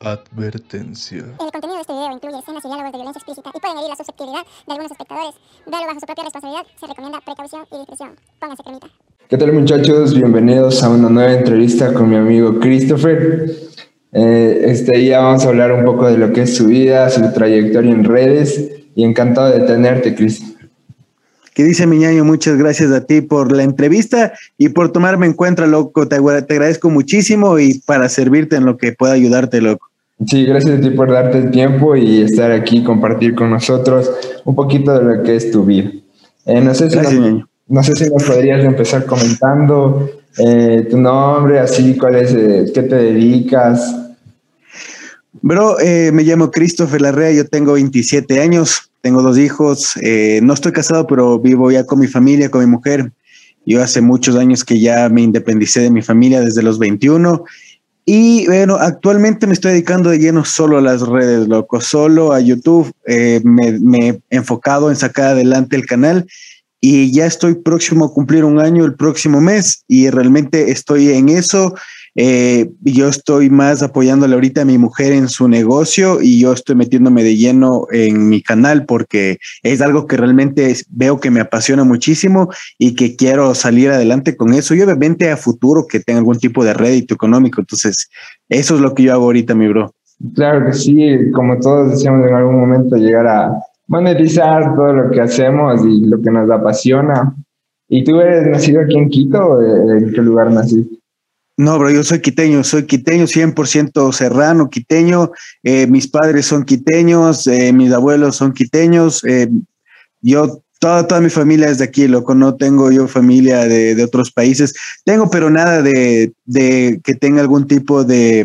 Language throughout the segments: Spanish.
Advertencia. El contenido de este video incluye escenas y diálogos de violencia explícita y pueden herir la susceptibilidad de algunos espectadores. Véalo bajo su propia responsabilidad. Se recomienda precaución y discreción. Pónganse cremita. ¿Qué tal, muchachos? Bienvenidos a una nueva entrevista con mi amigo Christopher. Este día vamos a hablar un poco de lo que es su vida, su trayectoria en redes, y encantado de tenerte, Christopher. ¿Qué dice mi ñaño? Muchas gracias a ti por la entrevista y por tomarme en cuenta, loco. Te agradezco muchísimo y para servirte en lo que pueda ayudarte, loco. Sí, gracias a ti por darte el tiempo y estar aquí y compartir con nosotros un poquito de lo que es tu vida. No sé si nos podrías empezar comentando tu nombre, así, cuál es, qué te dedicas. Bro, me llamo Christopher Larrea, yo tengo 27 años, tengo 2 hijos, no estoy casado, pero vivo ya con mi familia, con mi mujer. Yo hace muchos años que ya me independicé de mi familia, desde los 21. Y bueno, actualmente me estoy dedicando de lleno solo a las redes, loco, solo a YouTube. Me he enfocado en sacar adelante el canal y ya estoy próximo a cumplir 1 año el próximo mes y realmente estoy en eso. Yo estoy más apoyándole ahorita a mi mujer en su negocio y yo estoy metiéndome de lleno en mi canal porque es algo que realmente veo que me apasiona muchísimo y que quiero salir adelante con eso y obviamente a futuro que tenga algún tipo de rédito económico. Entonces, eso es lo que yo hago ahorita, mi bro. Claro que sí, como todos deseamos en algún momento llegar a monetizar todo lo que hacemos y lo que nos apasiona. ¿Y tú eres nacido aquí en Quito o en qué lugar naciste? No, bro, yo soy quiteño 100% serrano, quiteño. Mis padres son quiteños, mis abuelos son quiteños. Toda mi familia es de aquí, loco. No tengo yo familia de otros países. Tengo, pero nada de que tenga algún tipo de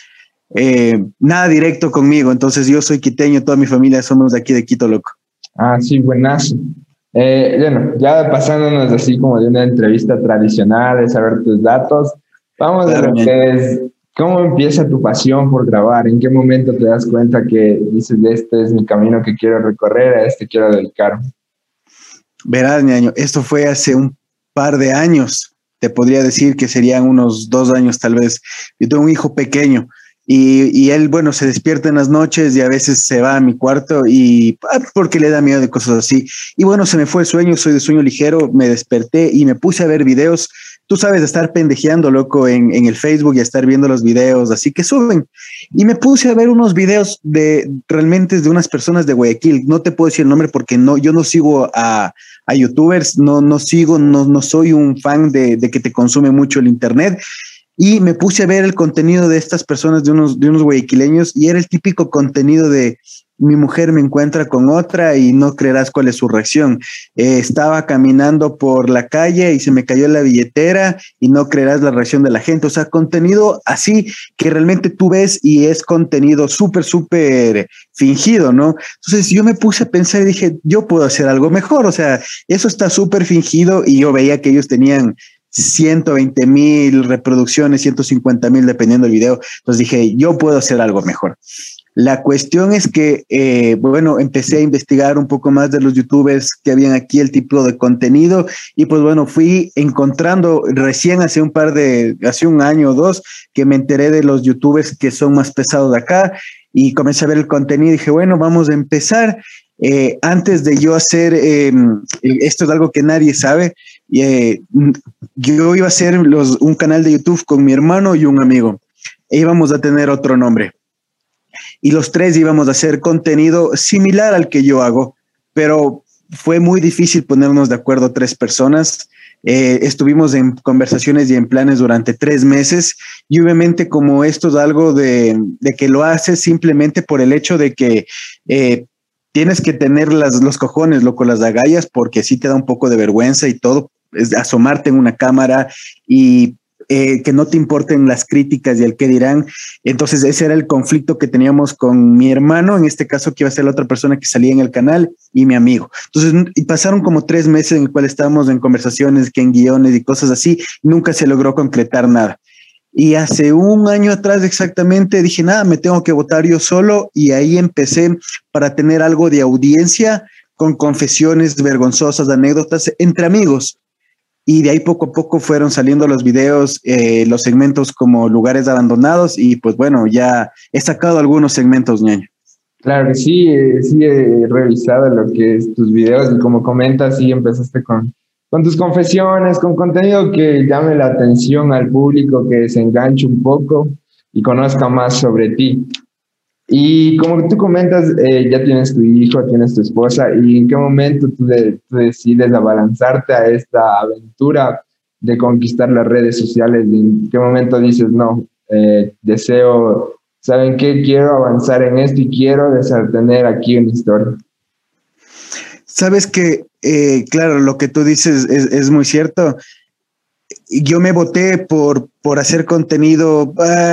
nada directo conmigo. Entonces yo soy quiteño, toda mi familia somos de aquí de Quito, loco. Ah, sí, buenazo. Bueno, ya pasándonos así como de una entrevista tradicional, de saber tus datos, vamos a lo que es, ¿cómo empieza tu pasión por grabar? ¿En qué momento te das cuenta que dices, este es mi camino que quiero recorrer, a este quiero dedicarme? Verás, ñaño, esto fue hace un par de años. Te podría decir que serían unos 2 años tal vez. Yo tengo un hijo pequeño y él, bueno, se despierta en las noches y a veces se va a mi cuarto y porque le da miedo de cosas así. Y bueno, se me fue el sueño, soy de sueño ligero, me desperté y me puse a ver videos. Tú sabes, de estar pendejeando, loco, en el Facebook y estar viendo los videos así que suben. Y me puse a ver unos videos realmente de unas personas de Guayaquil. No te puedo decir el nombre porque yo no sigo a youtubers, no soy un fan de que te consume mucho el internet. Y me puse a ver el contenido de estas personas, de unos guayaquileños, y era el típico contenido de mi mujer me encuentra con otra y no creerás cuál es su reacción. Estaba caminando por la calle y se me cayó la billetera y no creerás la reacción de la gente. O sea, contenido así que realmente tú ves y es contenido súper fingido, ¿no? Entonces yo me puse a pensar y dije, yo puedo hacer algo mejor. O sea, eso está súper fingido y yo veía que ellos tenían 120,000 reproducciones, 150,000 dependiendo del video. Entonces dije, yo puedo hacer algo mejor. La cuestión es que, bueno, empecé a investigar un poco más de los youtubers que habían aquí, el tipo de contenido, y pues bueno, fui encontrando recién hace 1 año o 2, que me enteré de los youtubers que son más pesados de acá, y comencé a ver el contenido y dije, bueno, vamos a empezar. Antes de yo hacer, esto es algo que nadie sabe, yo iba a hacer un canal de YouTube con mi hermano y un amigo, e íbamos a tener otro nombre. Y los 3 íbamos a hacer contenido similar al que yo hago, pero fue muy difícil ponernos de acuerdo 3 personas. Estuvimos en conversaciones y en planes durante 3 meses y obviamente como esto es algo de que lo haces simplemente por el hecho de que tienes que tener los cojones, loco, las agallas, porque sí te da un poco de vergüenza y todo, es asomarte en una cámara y que no te importen las críticas y el qué dirán. Entonces ese era el conflicto que teníamos con mi hermano, en este caso que iba a ser la otra persona que salía en el canal, y mi amigo. Entonces y pasaron como 3 meses en el cual estábamos en conversaciones, que en guiones y cosas así, nunca se logró concretar nada. Y hace 1 año atrás exactamente dije, nada, me tengo que votar yo solo, y ahí empecé para tener algo de audiencia con confesiones vergonzosas, anécdotas entre amigos. y de ahí poco a poco fueron saliendo los videos, los segmentos como lugares abandonados, y pues bueno, ya he sacado algunos segmentos, ñaño. Claro que sí, sí he revisado lo que es tus videos y como comentas, sí empezaste con tus confesiones, con contenido que llame la atención al público, que se enganche un poco y conozca más sobre ti. Y como tú comentas, ya tienes tu hijo, tienes tu esposa, ¿y en qué momento tú decides abalanzarte a esta aventura de conquistar las redes sociales? ¿En qué momento dices, no, deseo, ¿saben qué? Quiero avanzar en esto y quiero tener aquí una historia? Sabes que, claro, lo que tú dices es muy cierto. Yo me boté por hacer contenido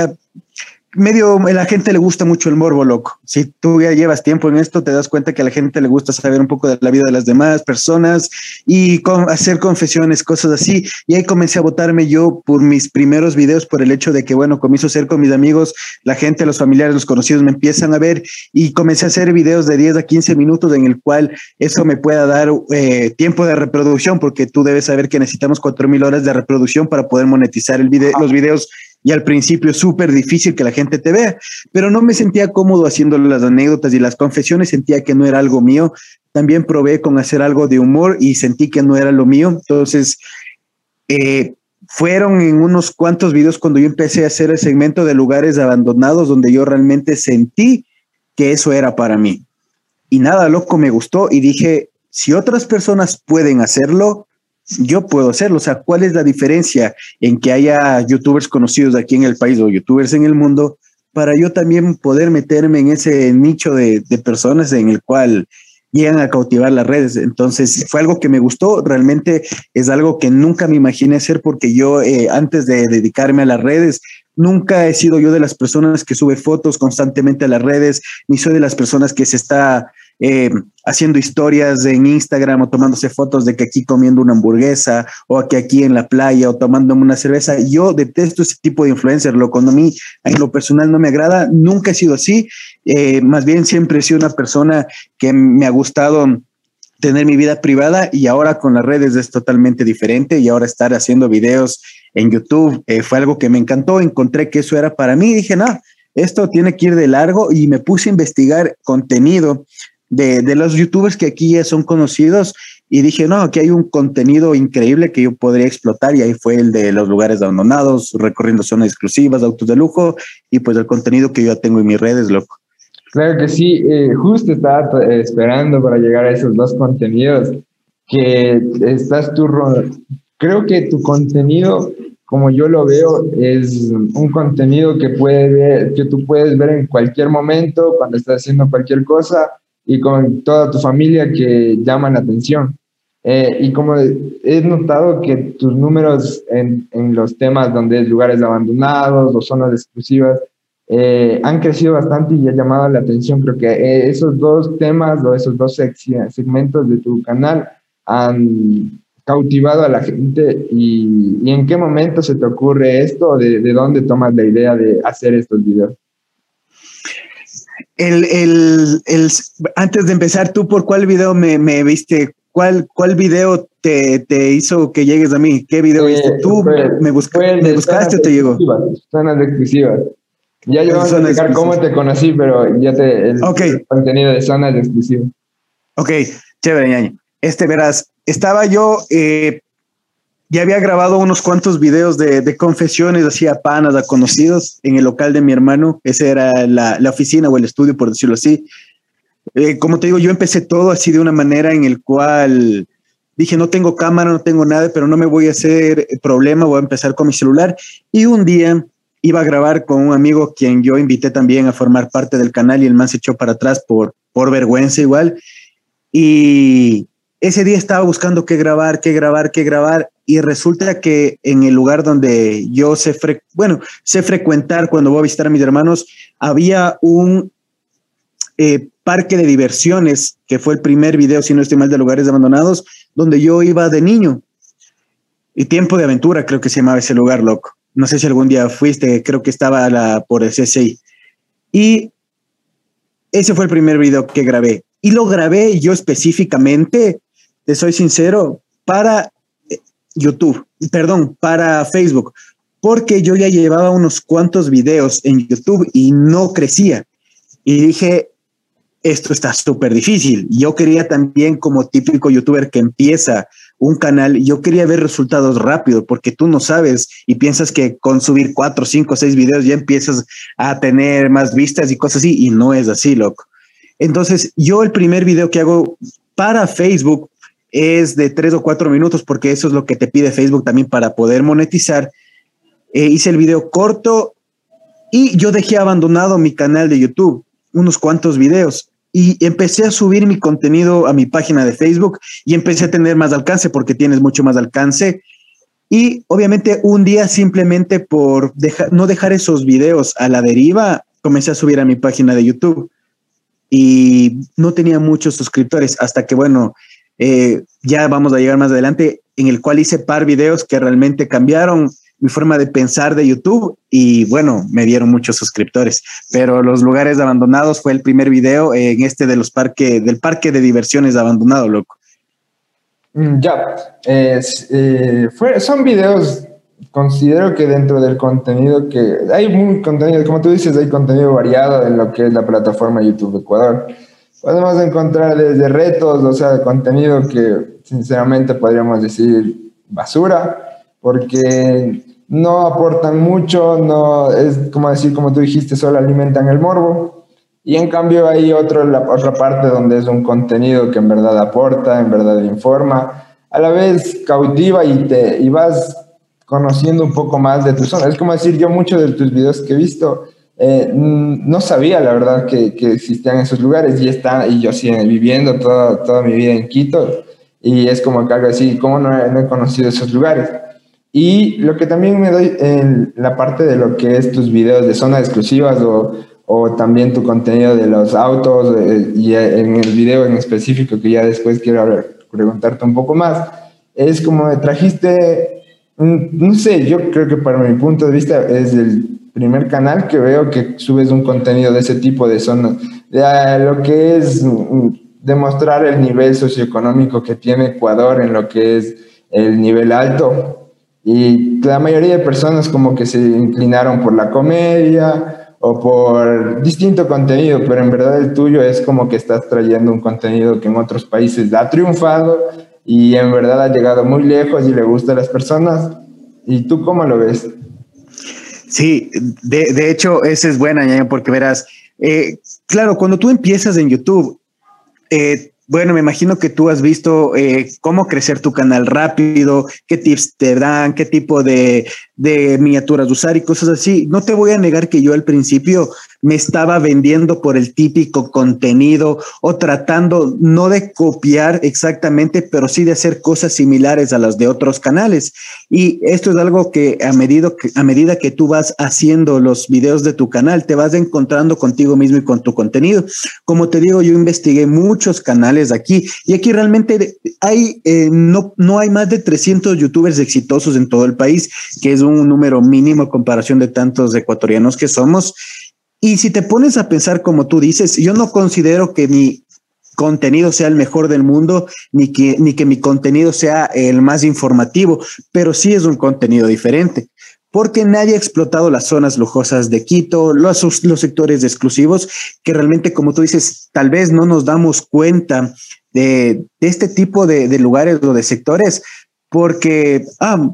medio, a la gente le gusta mucho el morbo, loco. Si tú ya llevas tiempo en esto, te das cuenta que a la gente le gusta saber un poco de la vida de las demás personas y hacer confesiones, cosas así. Y ahí comencé a botarme yo por mis primeros videos, por el hecho de que, bueno, comienzo a hacer con mis amigos, la gente, los familiares, los conocidos me empiezan a ver, y comencé a hacer videos de 10 a 15 minutos en el cual eso me pueda dar tiempo de reproducción, porque tú debes saber que necesitamos 4,000 horas de reproducción para poder monetizar los videos. Y al principio es súper difícil que la gente te vea, pero no me sentía cómodo haciendo las anécdotas y las confesiones, sentía que no era algo mío. También probé con hacer algo de humor y sentí que no era lo mío. Entonces, fueron en unos cuantos videos cuando yo empecé a hacer el segmento de lugares abandonados, donde yo realmente sentí que eso era para mí. Y nada, loco, me gustó y dije, si otras personas pueden hacerlo, yo puedo hacerlo. O sea, ¿cuál es la diferencia en que haya youtubers conocidos aquí en el país o youtubers en el mundo para yo también poder meterme en ese nicho de personas en el cual llegan a cautivar las redes? Entonces fue algo que me gustó, realmente es algo que nunca me imaginé hacer, porque yo antes de dedicarme a las redes, nunca he sido yo de las personas que sube fotos constantemente a las redes, ni soy de las personas que se está haciendo historias en Instagram o tomándose fotos de que aquí comiendo una hamburguesa o que aquí en la playa o tomándome una cerveza. Yo detesto ese tipo de influencer, loco. A mí en lo personal no me agrada, nunca he sido así. Más bien siempre he sido una persona que me ha gustado tener mi vida privada, y ahora con las redes es totalmente diferente, y ahora estar haciendo videos en YouTube fue algo que me encantó. Encontré que eso era para mí y dije, no, esto tiene que ir de largo, y me puse a investigar contenido de los youtubers que aquí ya son conocidos, y dije, no, aquí hay un contenido increíble que yo podría explotar, y ahí fue el de los lugares abandonados, recorriendo zonas exclusivas, autos de lujo, y pues el contenido que yo ya tengo en mis redes, loco. Claro que sí, justo estaba esperando para llegar a esos dos contenidos que creo que tu contenido, como yo lo veo, es un contenido que que tú puedes ver en cualquier momento, cuando estás haciendo cualquier cosa, y con toda tu familia, que llaman la atención. Y como he notado que tus números en los temas donde es lugares abandonados o zonas exclusivas han crecido bastante y ha llamado la atención. Creo que esos dos temas o esos dos segmentos de tu canal han cautivado a la gente. ¿Y en qué momento se te ocurre esto? ¿De dónde tomas la idea de hacer estos videos? Antes de empezar, ¿tú por cuál video me viste? ¿Cuál video te hizo que llegues a mí? ¿Qué video viste? ¿Tú me buscaste o te llegó? Zonas exclusivas. Ya yo voy a explicar cómo te conocí, pero ya el contenido de zonas exclusivas. Ok, chévere, ñaño. Verás, estaba yo, ya había grabado unos cuantos videos de confesiones, hacía panas a conocidos en el local de mi hermano. Esa era la oficina o el estudio, por decirlo así. Como te digo, yo empecé todo así de una manera en el cual dije, no tengo cámara, no tengo nada, pero no me voy a hacer problema, voy a empezar con mi celular. Y un día iba a grabar con un amigo quien yo invité también a formar parte del canal, y el man se echó para atrás por vergüenza igual. Y ese día estaba buscando qué grabar, y resulta que en el lugar donde yo sé frecuentar cuando voy a visitar a mis hermanos, había un parque de diversiones, que fue el primer video, si no estoy mal, de lugares abandonados, donde yo iba de niño. Y Tiempo de Aventura, creo que se llamaba ese lugar, loco. No sé si algún día fuiste, creo que estaba por el CCI. Y ese fue el primer video que grabé. Y lo grabé yo específicamente, te soy sincero, para YouTube, perdón, para Facebook, porque yo ya llevaba unos cuantos videos en YouTube y no crecía. Y dije, esto está súper difícil. Yo quería también, como típico youtuber que empieza un canal, yo quería ver resultados rápido, porque tú no sabes y piensas que con subir 4, 5, 6 videos ya empiezas a tener más vistas y cosas así, y no es así, loco. Entonces, yo el primer video que hago para Facebook es de 3 o 4 minutos, porque eso es lo que te pide Facebook también para poder monetizar. Hice el video corto y yo dejé abandonado mi canal de YouTube, unos cuantos videos, y empecé a subir mi contenido a mi página de Facebook y empecé a tener más alcance porque tienes mucho más alcance. Y obviamente un día, simplemente por no dejar esos videos a la deriva, comencé a subir a mi página de YouTube y no tenía muchos suscriptores hasta que, bueno, ya vamos a llegar más adelante, en el cual hice par videos que realmente cambiaron mi forma de pensar de YouTube y, bueno, me dieron muchos suscriptores. Pero Los Lugares Abandonados fue el primer video en del parque de diversiones abandonado, loco. Ya, son videos, considero que dentro del contenido que hay muy contenido, como tú dices, hay contenido variado en lo que es la plataforma YouTube Ecuador. Podemos encontrar desde retos, o sea, contenido que sinceramente podríamos decir basura, porque no aportan mucho, no es como decir, como tú dijiste, solo alimentan el morbo. Y en cambio hay la otra parte donde es un contenido que en verdad aporta, en verdad informa, a la vez cautiva y vas conociendo un poco más de tu zona. Es como decir, yo muchos de tus videos que he visto, no sabía la verdad que existían esos lugares y yo sí viviendo toda mi vida en Quito, y es como que algo así, ¿cómo no he conocido esos lugares? Y lo que también me doy en la parte de lo que es tus videos de zonas exclusivas o también tu contenido de los autos, y en el video en específico que ya después quiero preguntarte un poco más, es como trajiste, no sé, yo creo que para mi punto de vista es el primer canal que veo que subes un contenido de ese tipo de zonas, de lo que es demostrar el nivel socioeconómico que tiene Ecuador en lo que es el nivel alto. Y la mayoría de personas como que se inclinaron por la comedia o por distinto contenido, pero en verdad el tuyo es como que estás trayendo un contenido que en otros países ha triunfado y en verdad ha llegado muy lejos y le gusta a las personas. ¿Y tú cómo lo ves? Sí, de hecho, esa es buena, ñaño, porque verás, claro, cuando tú empiezas en YouTube, bueno, me imagino que tú has visto cómo crecer tu canal rápido, qué tips te dan, qué tipo de miniaturas usar y cosas así. No te voy a negar que yo al principio me estaba vendiendo por el típico contenido o tratando no de copiar exactamente, pero sí de hacer cosas similares a las de otros canales. Y esto es algo que a medida que tú vas haciendo los videos de tu canal, te vas encontrando contigo mismo y con tu contenido. Como te digo, yo investigué muchos canales aquí y aquí realmente hay, no hay más de 300 youtubers exitosos en todo el país, que es un número mínimo en comparación de tantos ecuatorianos que somos. Y si te pones a pensar como tú dices, yo no considero que mi contenido sea el mejor del mundo, ni que mi contenido sea el más informativo, pero sí es un contenido diferente, porque nadie ha explotado las zonas lujosas de Quito, los sectores exclusivos, que realmente, como tú dices, tal vez no nos damos cuenta de este tipo de lugares o de sectores, porque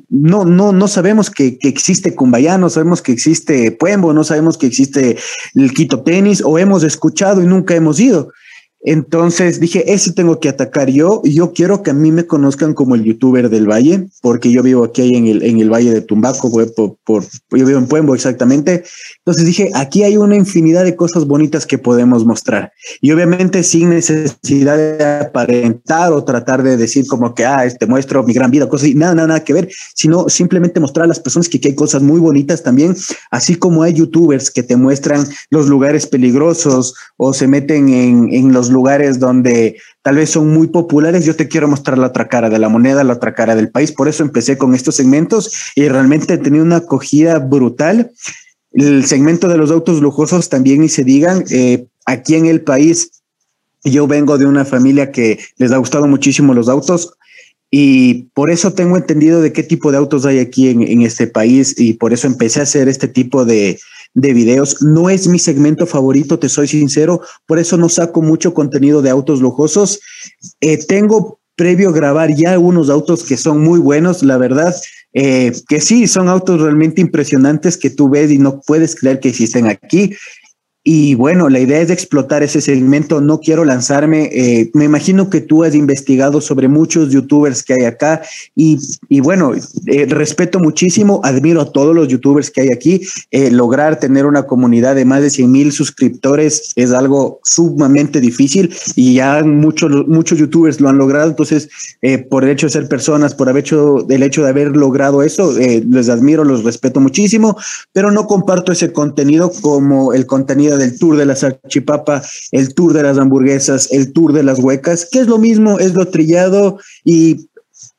no sabemos que existe Cumbayá, no sabemos que existe Puembo, no sabemos que existe el Quito Tenis, o hemos escuchado y nunca hemos ido. Entonces dije, ese tengo que atacar yo, y yo quiero que a mí me conozcan como el youtuber del Valle, porque yo vivo aquí en el Valle de Tumbaco, yo vivo en Puembo exactamente. Entonces dije, aquí hay una infinidad de cosas bonitas que podemos mostrar, y obviamente sin necesidad de aparentar o tratar de decir como que, te muestro mi gran vida, cosas así, nada que ver, sino simplemente mostrar a las personas que aquí hay cosas muy bonitas también, así como hay youtubers que te muestran los lugares peligrosos o se meten en los lugares donde tal vez son muy populares. Yo te quiero mostrar la otra cara de la moneda, la otra cara del país. Por eso empecé con estos segmentos y realmente he tenido una acogida brutal. El segmento de los autos lujosos también, ni se digan. Aquí en el país, yo vengo de una familia que les ha gustado muchísimo los autos. Y por eso tengo entendido de qué tipo de autos hay aquí en este país y por eso empecé a hacer este tipo de videos. No es mi segmento favorito, te soy sincero, por eso no saco mucho contenido de autos lujosos. Tengo previo grabar ya unos autos que son muy buenos, la verdad, que sí, son autos realmente impresionantes que tú ves y no puedes creer que existen aquí. Y bueno, la idea es de explotar ese segmento. No quiero lanzarme. Me imagino que tú has investigado sobre muchos youtubers que hay acá y bueno, respeto muchísimo, admiro a todos los youtubers que hay aquí. Lograr tener una comunidad de más de 100,000 suscriptores es algo sumamente difícil y ya muchos youtubers lo han logrado. Entonces, por el hecho de ser personas, por el hecho de haber logrado eso, les admiro, los respeto muchísimo, pero no comparto ese contenido como el contenido del tour de la salchipapa, el tour de las hamburguesas, el tour de las huecas, que es lo mismo, es lo trillado y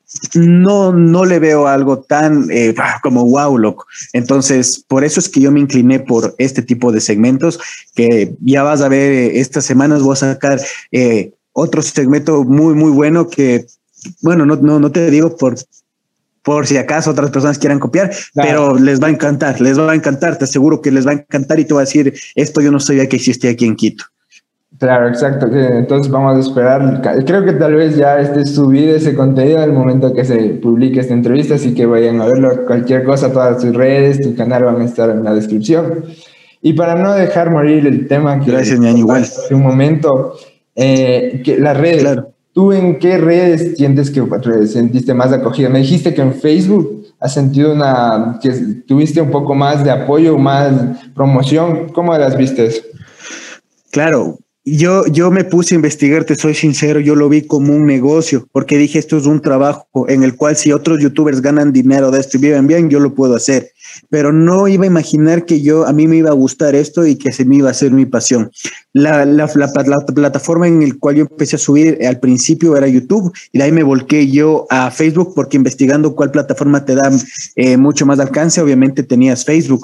no le veo algo tan como wow, loco. Entonces, por eso es que yo me incliné por este tipo de segmentos que ya vas a ver estas semanas. Voy a sacar otro segmento muy, muy bueno que, bueno, no te digo por si acaso otras personas quieran copiar, claro, pero les va a encantar, te aseguro que les va a encantar y te va a decir, esto yo no sabía que existía aquí en Quito. Claro, exacto. Entonces vamos a esperar. Creo que tal vez ya esté subido ese contenido al momento que se publique esta entrevista, así que vayan a verlo. Cualquier cosa, todas tus redes, tu canal van a estar en la descripción. Y para no dejar morir el tema que... Gracias, ñaño, igual. Hace un momento, que las redes... Claro. ¿Tú en qué redes sientes que sentiste más acogida? Me dijiste que en Facebook has sentido que tuviste un poco más de apoyo, más promoción. ¿Cómo las viste? Claro, yo me puse a investigar, te soy sincero, yo lo vi como un negocio, porque dije, esto es un trabajo en el cual si otros youtubers ganan dinero de esto y viven bien, yo lo puedo hacer. Pero no iba a imaginar que a mí me iba a gustar esto y que se me iba a hacer mi pasión. La plataforma en la cual yo empecé a subir al principio era YouTube y de ahí me volqué yo a Facebook porque investigando cuál plataforma te da mucho más alcance, obviamente tenías Facebook.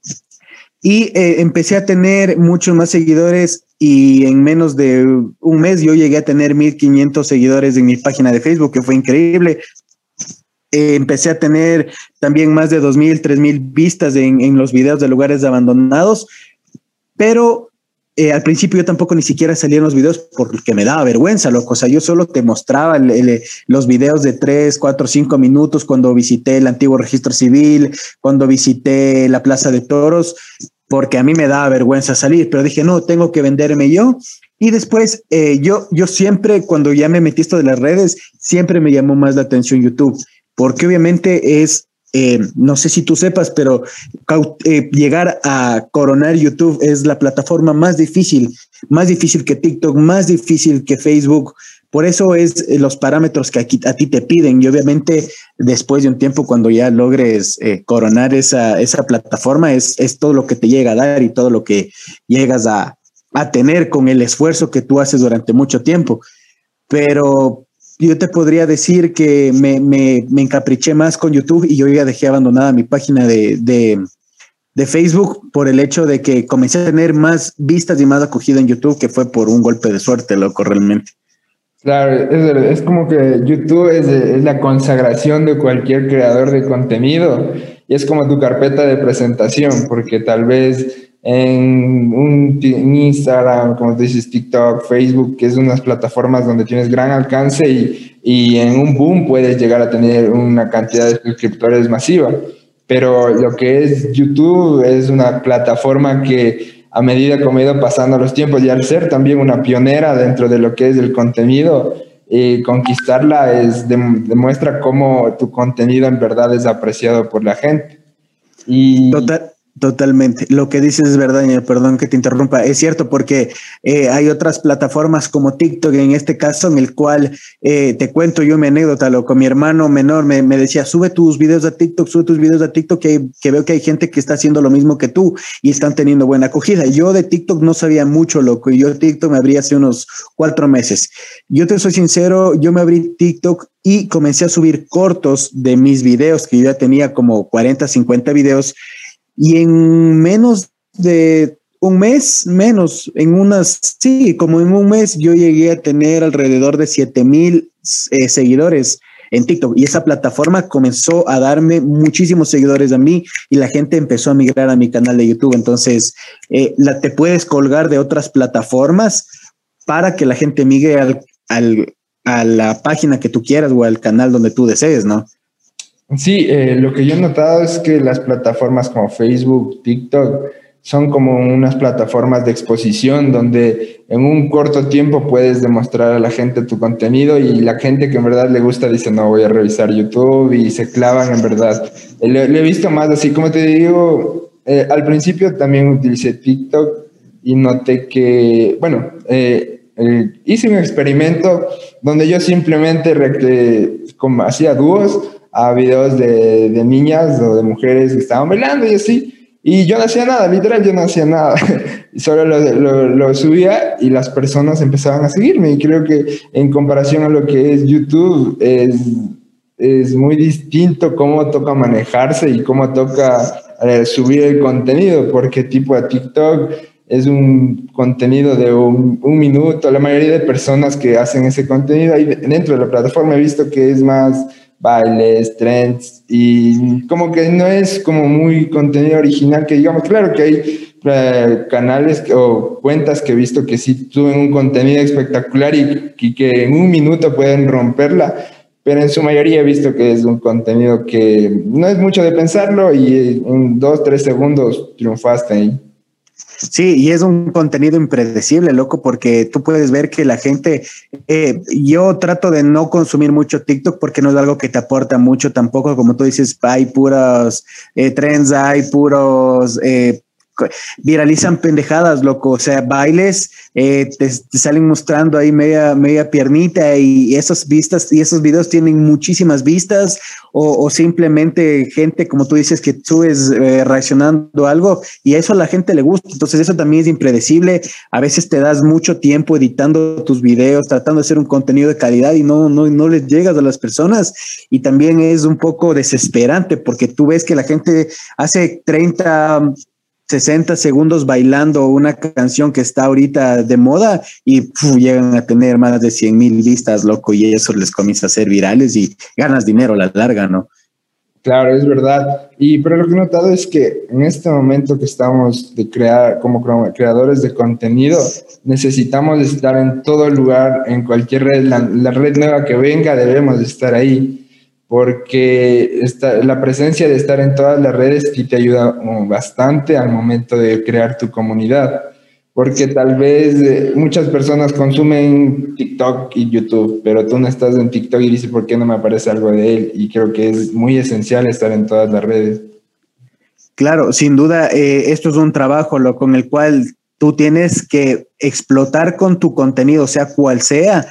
Y empecé a tener muchos más seguidores y en menos de un mes yo llegué a tener 1,500 seguidores en mi página de Facebook, que fue increíble. Empecé a tener también más de 2,000, 3,000 vistas en los videos de lugares abandonados, pero al principio yo tampoco ni siquiera salía en los videos porque me daba vergüenza, loco. O sea, yo solo te mostraba los videos de 3, 4, 5 minutos cuando visité el antiguo registro civil, cuando visité la Plaza de Toros, porque a mí me daba vergüenza salir, pero dije, no, tengo que venderme yo. Y después yo siempre, cuando ya me metí esto de las redes, siempre me llamó más la atención YouTube, porque obviamente es, no sé si tú sepas, pero llegar a coronar YouTube es la plataforma más difícil que TikTok, más difícil que Facebook. Por eso es los parámetros que aquí a ti te piden y obviamente después de un tiempo cuando ya logres coronar esa plataforma es todo lo que te llega a dar y todo lo que llegas a tener con el esfuerzo que tú haces durante mucho tiempo. Pero yo te podría decir que me encapriché más con YouTube y yo ya dejé abandonada mi página de Facebook por el hecho de que comencé a tener más vistas y más acogida en YouTube, que fue por un golpe de suerte, loco, realmente. Claro, es como que YouTube es la consagración de cualquier creador de contenido y es como tu carpeta de presentación, porque tal vez en Instagram, como tú dices, TikTok, Facebook, que es unas plataformas donde tienes gran alcance y en un boom puedes llegar a tener una cantidad de suscriptores masiva. Pero lo que es YouTube es una plataforma que a medida que ha ido pasando los tiempos y al ser también una pionera dentro de lo que es el contenido, conquistarla demuestra cómo tu contenido en verdad es apreciado por la gente. Totalmente. Lo que dices es verdad, perdón que te interrumpa. Es cierto porque hay otras plataformas como TikTok, en este caso, en el cual te cuento yo mi anécdota, loco. Mi hermano menor me decía, sube tus videos a TikTok, que veo que hay gente que está haciendo lo mismo que tú y están teniendo buena acogida. Yo de TikTok no sabía mucho, loco, y yo TikTok me abrí hace unos 4 meses. Yo te soy sincero, yo me abrí TikTok y comencé a subir cortos de mis videos, que yo ya tenía como 40, 50 videos. Y en menos de un mes, como en un mes, yo llegué a tener alrededor de 7,000 seguidores en TikTok. Y esa plataforma comenzó a darme muchísimos seguidores a mí y la gente empezó a migrar a mi canal de YouTube. Entonces, te puedes colgar de otras plataformas para que la gente migre a la página que tú quieras o al canal donde tú desees, ¿no? Sí, lo que yo he notado es que las plataformas como Facebook, TikTok, son como unas plataformas de exposición donde en un corto tiempo puedes demostrar a la gente tu contenido y la gente que en verdad le gusta dice, no, voy a revisar YouTube y se clavan en verdad. Lo he visto más así, como te digo, al principio también utilicé TikTok y noté que, bueno, hice un experimento donde yo simplemente como hacía dúos a videos de niñas o de mujeres que estaban bailando y así. Y yo no hacía nada, literal, yo no hacía nada. Solo lo subía y las personas empezaban a seguirme. Y creo que en comparación a lo que es YouTube, es muy distinto cómo toca manejarse y cómo toca subir el contenido, porque tipo a TikTok es un contenido de un minuto. La mayoría de personas que hacen ese contenido ahí dentro de la plataforma he visto que es más bailes, trends, y como que no es como muy contenido original, que digamos, claro que hay canales o cuentas que he visto que sí suben un contenido espectacular y que en un minuto pueden romperla, pero en su mayoría he visto que es un contenido que no es mucho de pensarlo y en 2-3 segundos triunfaste ahí. Sí, y es un contenido impredecible, loco, porque tú puedes ver que la gente, yo trato de no consumir mucho TikTok porque no es algo que te aporta mucho tampoco, como tú dices, hay puros trends, hay puros... viralizan pendejadas, loco, o sea, bailes, te salen mostrando ahí media piernita y esas vistas y esos videos tienen muchísimas vistas o simplemente gente, como tú dices, que subes reaccionando a algo y eso a la gente le gusta, entonces eso también es impredecible, a veces te das mucho tiempo editando tus videos, tratando de hacer un contenido de calidad y no les llegas a las personas y también es un poco desesperante porque tú ves que la gente hace 60 segundos bailando una canción que está ahorita de moda y llegan a tener más de 100,000 vistas, loco, y eso les comienza a ser virales y ganas dinero a la larga, ¿no? Claro, es verdad. Pero lo que he notado es que en este momento que estamos como creadores de contenido, necesitamos estar en todo lugar, en cualquier red, la red nueva que venga, debemos de estar ahí. Porque la presencia de estar en todas las redes sí te ayuda bastante al momento de crear tu comunidad. Porque tal vez muchas personas consumen TikTok y YouTube, pero tú no estás en TikTok y dices, ¿por qué no me aparece algo de él? Y creo que es muy esencial estar en todas las redes. Claro, sin duda, esto es un trabajo con el cual tú tienes que explotar con tu contenido, sea cual sea,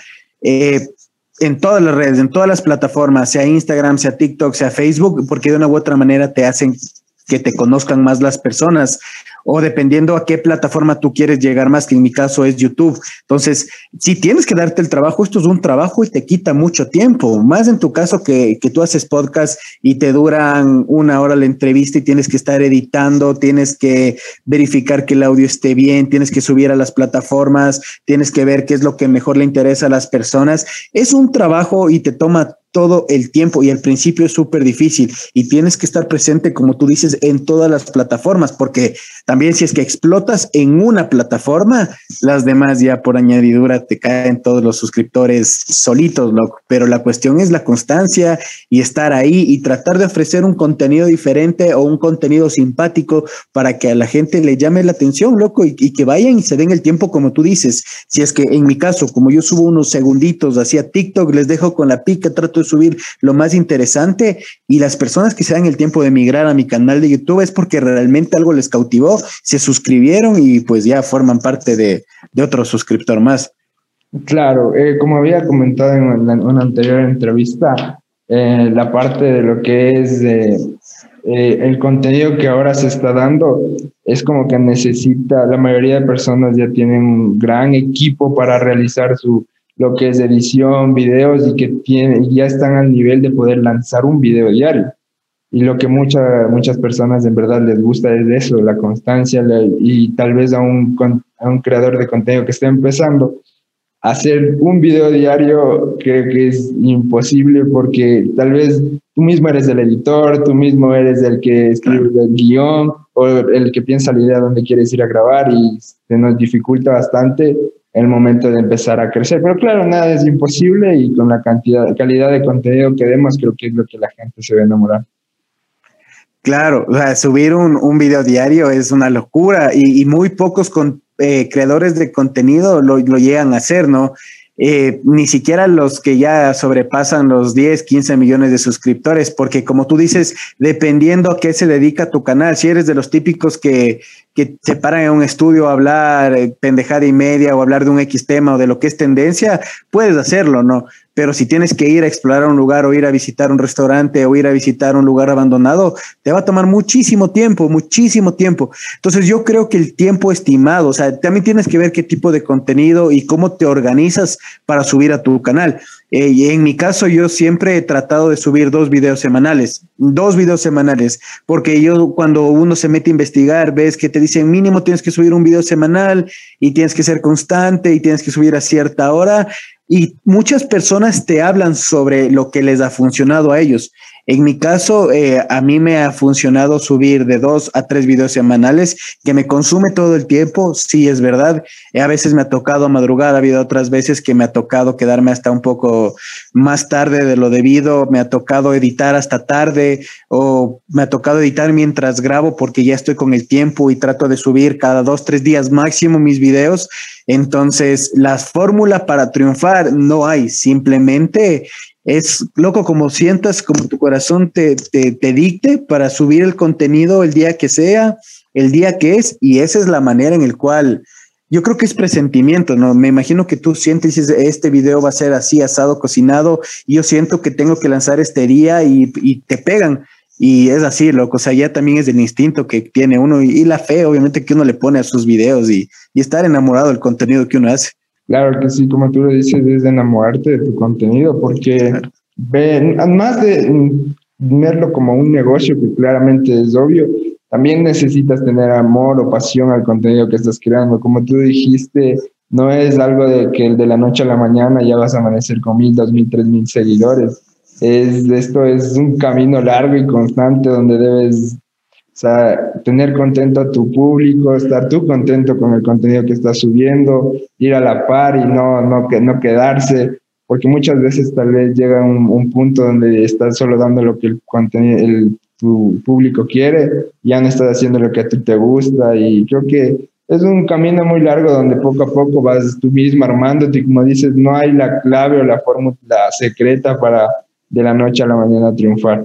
en todas las redes, en todas las plataformas, sea Instagram, sea TikTok, sea Facebook, porque de una u otra manera te hacen que te conozcan más las personas o dependiendo a qué plataforma tú quieres llegar más, que en mi caso es YouTube. Entonces, si tienes que darte el trabajo, esto es un trabajo y te quita mucho tiempo, más en tu caso que tú haces podcast y te duran 1 hora la entrevista y tienes que estar editando, tienes que verificar que el audio esté bien, tienes que subir a las plataformas, tienes que ver qué es lo que mejor le interesa a las personas. Es un trabajo y te toma todo el tiempo y al principio es súper difícil y tienes que estar presente, como tú dices, en todas las plataformas, porque también si es que explotas en una plataforma, las demás ya por añadidura te caen todos los suscriptores solitos, loco. Pero la cuestión es la constancia y estar ahí y tratar de ofrecer un contenido diferente o un contenido simpático para que a la gente le llame la atención, loco, y que vayan y se den el tiempo, como tú dices. Si es que en mi caso, como yo subo unos segunditos hacia TikTok, les dejo con la pica, trato de subir lo más interesante y las personas que se dan el tiempo de migrar a mi canal de YouTube es porque realmente algo les cautivó, se suscribieron y pues ya forman parte de otro suscriptor más. Claro, como había comentado en una anterior entrevista, la parte de lo que es el contenido que ahora se está dando es como que la mayoría de personas ya tienen un gran equipo para realizar lo que es edición, videos y ya están al nivel de poder lanzar un video diario. Y lo que muchas personas en verdad les gusta es eso, la constancia y tal vez a un creador de contenido que esté empezando, hacer un video diario creo que es imposible porque tal vez tú mismo eres el editor, tú mismo eres el que escribe el guión o el que piensa la idea de dónde quieres ir a grabar y se nos dificulta bastante el momento de empezar a crecer. Pero claro, nada es imposible y con la calidad de contenido que demos creo que es lo que la gente se va a enamorar. Claro, o sea, subir un video diario es una locura y muy pocos creadores de contenido lo llegan a hacer, ¿no? Ni siquiera los que ya sobrepasan los 10, 15 millones de suscriptores, porque como tú dices, dependiendo a qué se dedica tu canal, si eres de los típicos que se paran en un estudio a hablar pendejada y media o hablar de un X tema o de lo que es tendencia, puedes hacerlo, ¿no? Pero si tienes que ir a explorar un lugar o ir a visitar un restaurante o ir a visitar un lugar abandonado, te va a tomar muchísimo tiempo, muchísimo tiempo. Entonces yo creo que el tiempo estimado, o sea, también tienes que ver qué tipo de contenido y cómo te organizas para subir a tu canal. Y en mi caso, yo siempre he tratado de subir 2 videos semanales, porque yo cuando uno se mete a investigar, ves que te dicen mínimo tienes que subir un video semanal y tienes que ser constante y tienes que subir a cierta hora. Y muchas personas te hablan sobre lo que les ha funcionado a ellos. En mi caso, a mí me ha funcionado subir de 2 a 3 videos semanales, que me consume todo el tiempo, sí es verdad. A veces me ha tocado madrugar, ha habido otras veces que me ha tocado quedarme hasta un poco más tarde de lo debido, me ha tocado editar hasta tarde o me ha tocado editar mientras grabo porque ya estoy con el tiempo y trato de subir cada 2, 3 días máximo mis videos. Entonces, la fórmula para triunfar no hay, simplemente es loco como sientas, como tu corazón te dicte para subir el contenido el día que sea, el día que es, y esa es la manera en la cual yo creo que es presentimiento, ¿no? Me imagino que tú sientes y dices, este video va a ser así, asado, cocinado, y yo siento que tengo que lanzar este día y te pegan. Y es así, loco, o sea, ya también es el instinto que tiene uno y la fe, obviamente, que uno le pone a sus videos y estar enamorado del contenido que uno hace. Claro que sí, como tú lo dices, es de enamorarte de tu contenido, porque ven, además de verlo como un negocio que claramente es obvio, también necesitas tener amor o pasión al contenido que estás creando. Como tú dijiste, no es algo de que de la noche a la mañana ya vas a amanecer con 1,000, 2,000, 3,000 seguidores. Esto es un camino largo y constante donde debes, o sea, tener contento a tu público, estar tú contento con el contenido que estás subiendo, ir a la par y no quedarse, porque muchas veces tal vez llega un punto donde estás solo dando lo que tu público quiere, ya no estás haciendo lo que a ti te gusta, y creo que es un camino muy largo donde poco a poco vas tú mismo armándote y, como dices, no hay la clave o la fórmula secreta para de la noche a la mañana triunfar.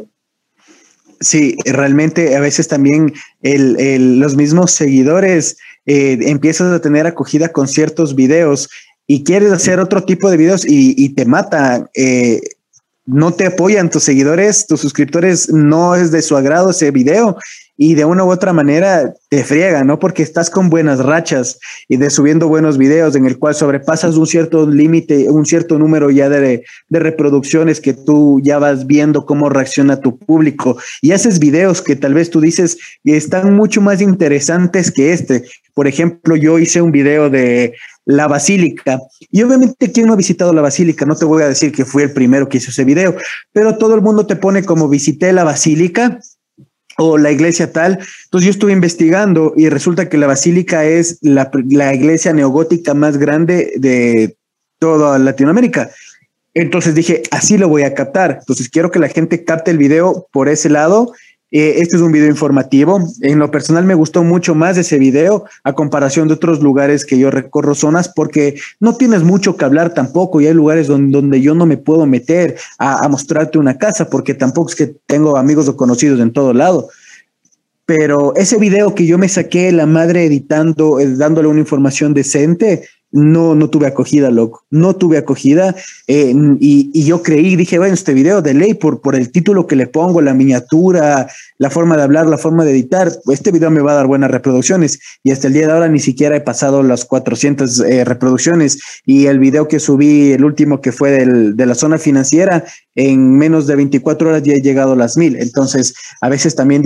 Sí, realmente a veces también los mismos seguidores empiezas a tener acogida con ciertos videos y quieres hacer otro tipo de videos y te mata. No te apoyan tus seguidores, tus suscriptores, no es de su agrado ese video y de una u otra manera te friega, ¿no? Porque estás con buenas rachas y de subiendo buenos videos en el cual sobrepasas un cierto límite, un cierto número ya de reproducciones que tú ya vas viendo cómo reacciona tu público y haces videos que tal vez tú dices están mucho más interesantes que este. Por ejemplo, yo hice un video de la Basílica y obviamente ¿quién no ha visitado la Basílica? No te voy a decir que fui el primero que hizo ese video, pero todo el mundo te pone como visité la Basílica o la iglesia tal. Entonces yo estuve investigando y resulta que la Basílica es la iglesia neogótica más grande de toda Latinoamérica. Entonces dije, así lo voy a captar. Entonces quiero que la gente capte el video por ese lado. Este es un video informativo. En lo personal me gustó mucho más ese video a comparación de otros lugares que yo recorro zonas porque no tienes mucho que hablar tampoco y hay lugares donde yo no me puedo meter a mostrarte una casa porque tampoco es que tengo amigos o conocidos en todo lado. Pero ese video que yo me saqué la madre editando, dándole una información decente, no tuve acogida, loco. No tuve acogida y yo creí, dije, bueno, este video de ley por el título que le pongo, la miniatura, la forma de hablar, la forma de editar, este video me va a dar buenas reproducciones y hasta el día de ahora ni siquiera he pasado las 400 reproducciones y el video que subí, el último que fue de la zona financiera, en menos de 24 horas ya he llegado a las 1,000. Entonces, a veces también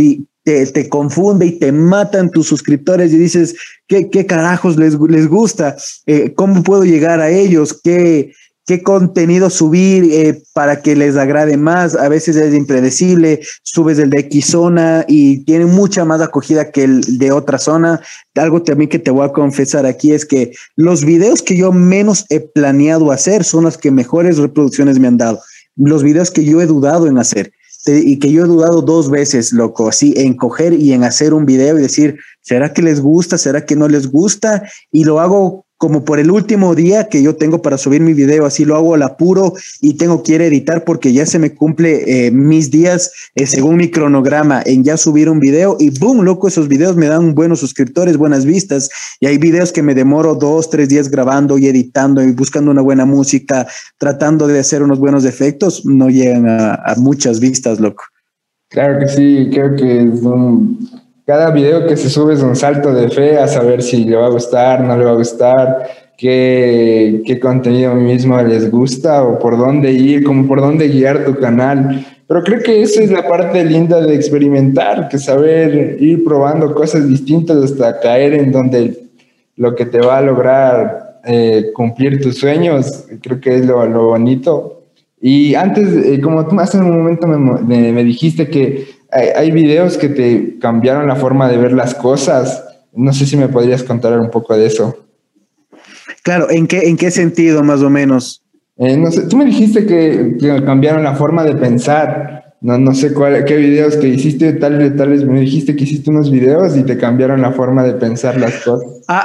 te confunde y te matan tus suscriptores y dices, ¿qué carajos les gusta? ¿Cómo puedo llegar a ellos? ¿Qué contenido subir para que les agrade más? A veces es impredecible, subes el de X zona y tiene mucha más acogida que el de otra zona. Algo también que te voy a confesar aquí es que los videos que yo menos he planeado hacer son los que mejores reproducciones me han dado. Los videos que yo he dudado en hacer y que yo he dudado 2 veces, loco, así en coger y en hacer un video y decir, ¿será que les gusta? ¿Será que no les gusta? Y lo hago como por el último día que yo tengo para subir mi video, así lo hago al apuro y tengo que ir a editar porque ya se me cumple mis días según mi cronograma en ya subir un video y boom, loco, esos videos me dan buenos suscriptores, buenas vistas y hay videos que me demoro 2, 3 días grabando y editando y buscando una buena música, tratando de hacer unos buenos efectos, no llegan a muchas vistas, loco. Claro que sí, creo que cada video que se sube es un salto de fe a saber si le va a gustar, no le va a gustar, qué contenido mismo les gusta o por dónde ir, como por dónde guiar tu canal. Pero creo que eso es la parte linda de experimentar, que saber ir probando cosas distintas hasta caer en donde lo que te va a lograr cumplir tus sueños, creo que es lo bonito. Y antes, como tú hace un momento me dijiste que hay videos que te cambiaron la forma de ver las cosas. No sé si me podrías contar un poco de eso. Claro, ¿en qué sentido más o menos? No sé, tú me dijiste que cambiaron la forma de pensar. No sé qué videos que hiciste, tal vez me dijiste que hiciste unos videos y te cambiaron la forma de pensar las cosas.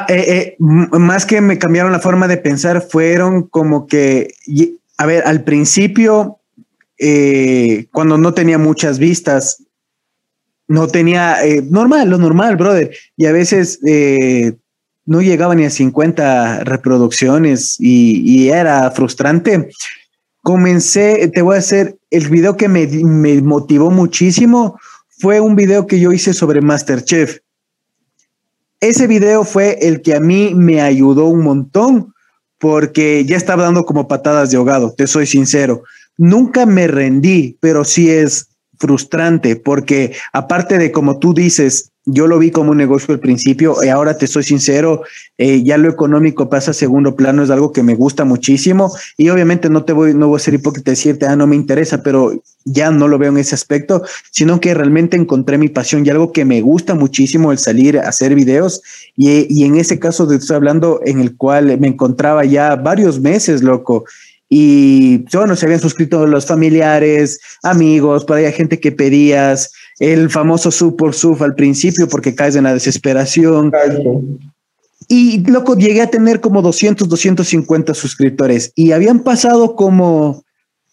Más que me cambiaron la forma de pensar, fueron como que, a ver, al principio, cuando no tenía muchas vistas, no tenía, lo normal, brother, y a veces no llegaba ni a 50 reproducciones y era frustrante. Comencé, te voy a hacer, el video que me motivó muchísimo fue un video que yo hice sobre MasterChef. Ese video fue el que a mí me ayudó un montón porque ya estaba dando como patadas de ahogado, te soy sincero. Nunca me rendí, pero sí es frustrante porque aparte de como tú dices, yo lo vi como un negocio al principio y ahora te soy sincero, ya lo económico pasa a segundo plano, es algo que me gusta muchísimo y obviamente no voy a ser hipócrita y decirte, no me interesa, pero ya no lo veo en ese aspecto, sino que realmente encontré mi pasión y algo que me gusta muchísimo el salir a hacer videos y en ese caso te estoy hablando en el cual me encontraba ya varios meses, loco. Y bueno, se habían suscrito los familiares, amigos, por ahí hay gente que pedías el famoso sub por sub al principio porque caes en la desesperación. Exacto. Y loco, llegué a tener como 200, 250 suscriptores y habían pasado como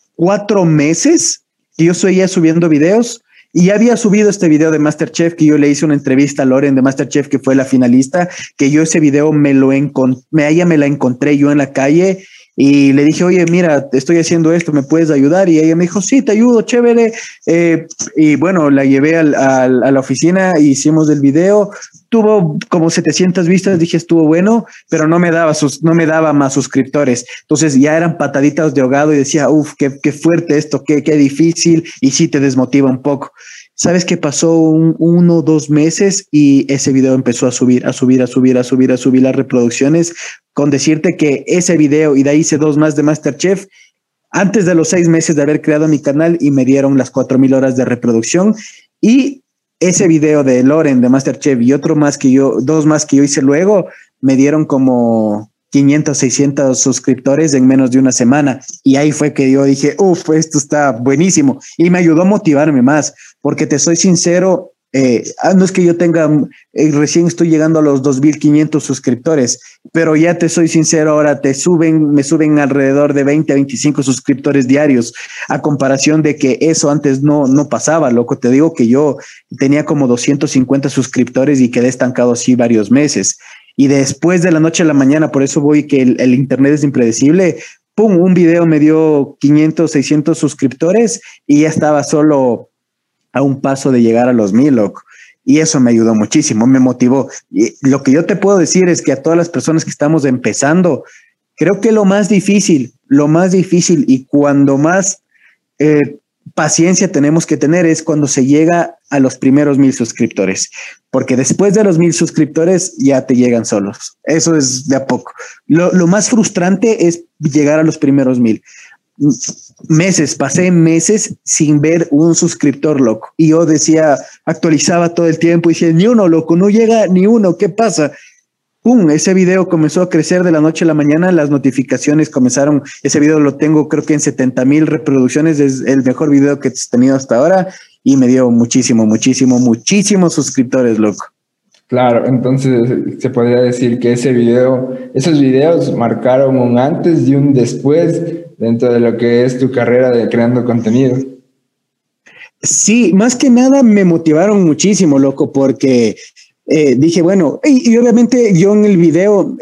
4 meses que yo seguía subiendo videos y ya había subido este video de MasterChef que yo le hice una entrevista a Loren de MasterChef que fue la finalista, que yo ese video me la encontré yo en la calle. Y le dije, oye, mira, estoy haciendo esto, ¿me puedes ayudar? Y ella me dijo, sí, te ayudo, chévere. Y bueno, la llevé a la oficina y hicimos el video. Tuvo como 700 vistas, dije, estuvo bueno, pero no me daba más suscriptores. Entonces ya eran pataditas de ahogado y decía, qué fuerte esto, qué difícil. Y sí te desmotiva un poco. ¿Sabes qué pasó? 1 o 2 meses y ese video empezó a subir las reproducciones, con decirte que ese video y de ahí hice 2 más de MasterChef antes de los 6 meses de haber creado mi canal y me dieron las 4,000 horas de reproducción y ese video de Loren de MasterChef y 2 más que yo hice luego me dieron como 500, 600 suscriptores en menos de una semana. Y ahí fue que yo dije, esto está buenísimo. Y me ayudó a motivarme más, porque te soy sincero, no es que yo tenga, recién estoy llegando a los 2,500 suscriptores, pero ya te soy sincero, ahora me suben alrededor de 20 a 25 suscriptores diarios, a comparación de que eso antes no pasaba, loco. Te digo que yo tenía como 250 suscriptores y quedé estancado así varios meses. Y después de la noche a la mañana, por eso voy que el internet es impredecible, ¡pum! Un video me dio 500, 600 suscriptores y ya estaba solo a un paso de llegar a los 1,000, loco. Y eso me ayudó muchísimo, me motivó. Y lo que yo te puedo decir es que a todas las personas que estamos empezando, creo que lo más difícil y cuando más paciencia tenemos que tener es cuando se llega a los primeros 1000 suscriptores, porque después de los 1000 suscriptores ya te llegan solos. Eso es de a poco. Lo más frustrante es llegar a los primeros 1000. Pasé meses sin ver un suscriptor, loco. Y yo decía, actualizaba todo el tiempo y decía, ni uno, loco, no llega ni uno, ¿qué pasa? ¡Pum! Ese video comenzó a crecer de la noche a la mañana, las notificaciones comenzaron, ese video lo tengo creo que en 70,000 reproducciones, es el mejor video que he tenido hasta ahora y me dio muchísimos suscriptores, loco. Claro, entonces se podría decir que esos videos marcaron un antes y un después dentro de lo que es tu carrera de creando contenido. Sí, más que nada me motivaron muchísimo, loco, porque dije, bueno, y obviamente yo en el video,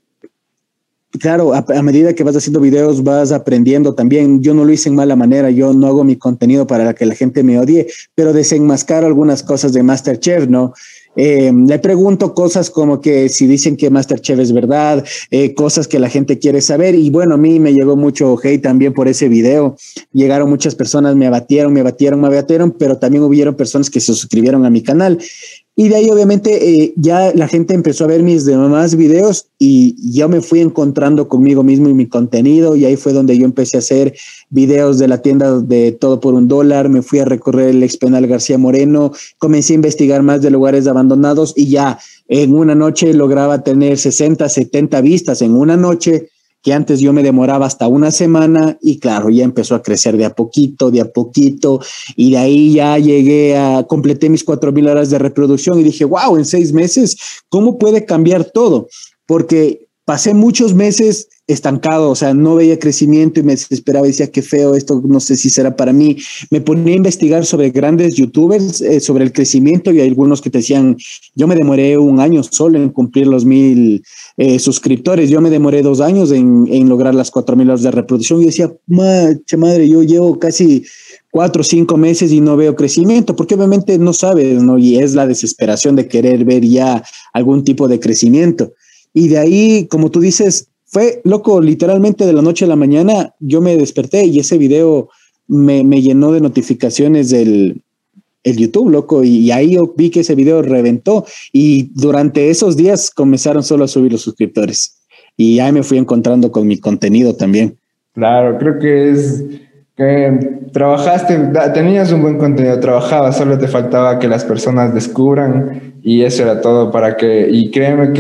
claro, a medida que vas haciendo videos vas aprendiendo también. Yo no lo hice en mala manera, yo no hago mi contenido para que la gente me odie, pero desenmascaro algunas cosas de MasterChef, ¿no? Le pregunto cosas como que si dicen que MasterChef es verdad, cosas que la gente quiere saber. Y bueno, a mí me llegó mucho hate también por ese video. Llegaron muchas personas, me abatieron, pero también hubieron personas que se suscribieron a mi canal. Y de ahí obviamente ya la gente empezó a ver mis demás videos y yo me fui encontrando conmigo mismo y mi contenido, y ahí fue donde yo empecé a hacer videos de la tienda de Todo por $1, me fui a recorrer el ex penal García Moreno, comencé a investigar más de lugares abandonados y ya en una noche lograba tener 60, 70 vistas en una noche, que antes yo me demoraba hasta una semana, y claro, ya empezó a crecer de a poquito, y de ahí ya completé mis 4,000 horas de reproducción y dije, wow, en 6 meses, ¿cómo puede cambiar todo? Porque pasé muchos meses estancado, o sea, no veía crecimiento y me desesperaba y decía, qué feo esto, no sé si será para mí. Me ponía a investigar sobre grandes youtubers, sobre el crecimiento, y hay algunos que te decían, yo me demoré 1 año solo en cumplir los 1000 suscriptores, yo me demoré 2 años en lograr las 4,000 horas de reproducción, y decía, madre, yo llevo casi 4 o 5 meses y no veo crecimiento, porque obviamente no sabes, ¿no? Y es la desesperación de querer ver ya algún tipo de crecimiento. Y de ahí, como tú dices, fue loco, literalmente de la noche a la mañana yo me desperté y ese video me llenó de notificaciones el YouTube, loco, y ahí yo vi que ese video reventó, y durante esos días comenzaron solo a subir los suscriptores y ahí me fui encontrando con mi contenido también. Claro, creo que tenías un buen contenido, trabajabas, solo te faltaba que las personas descubran, y eso era todo y créeme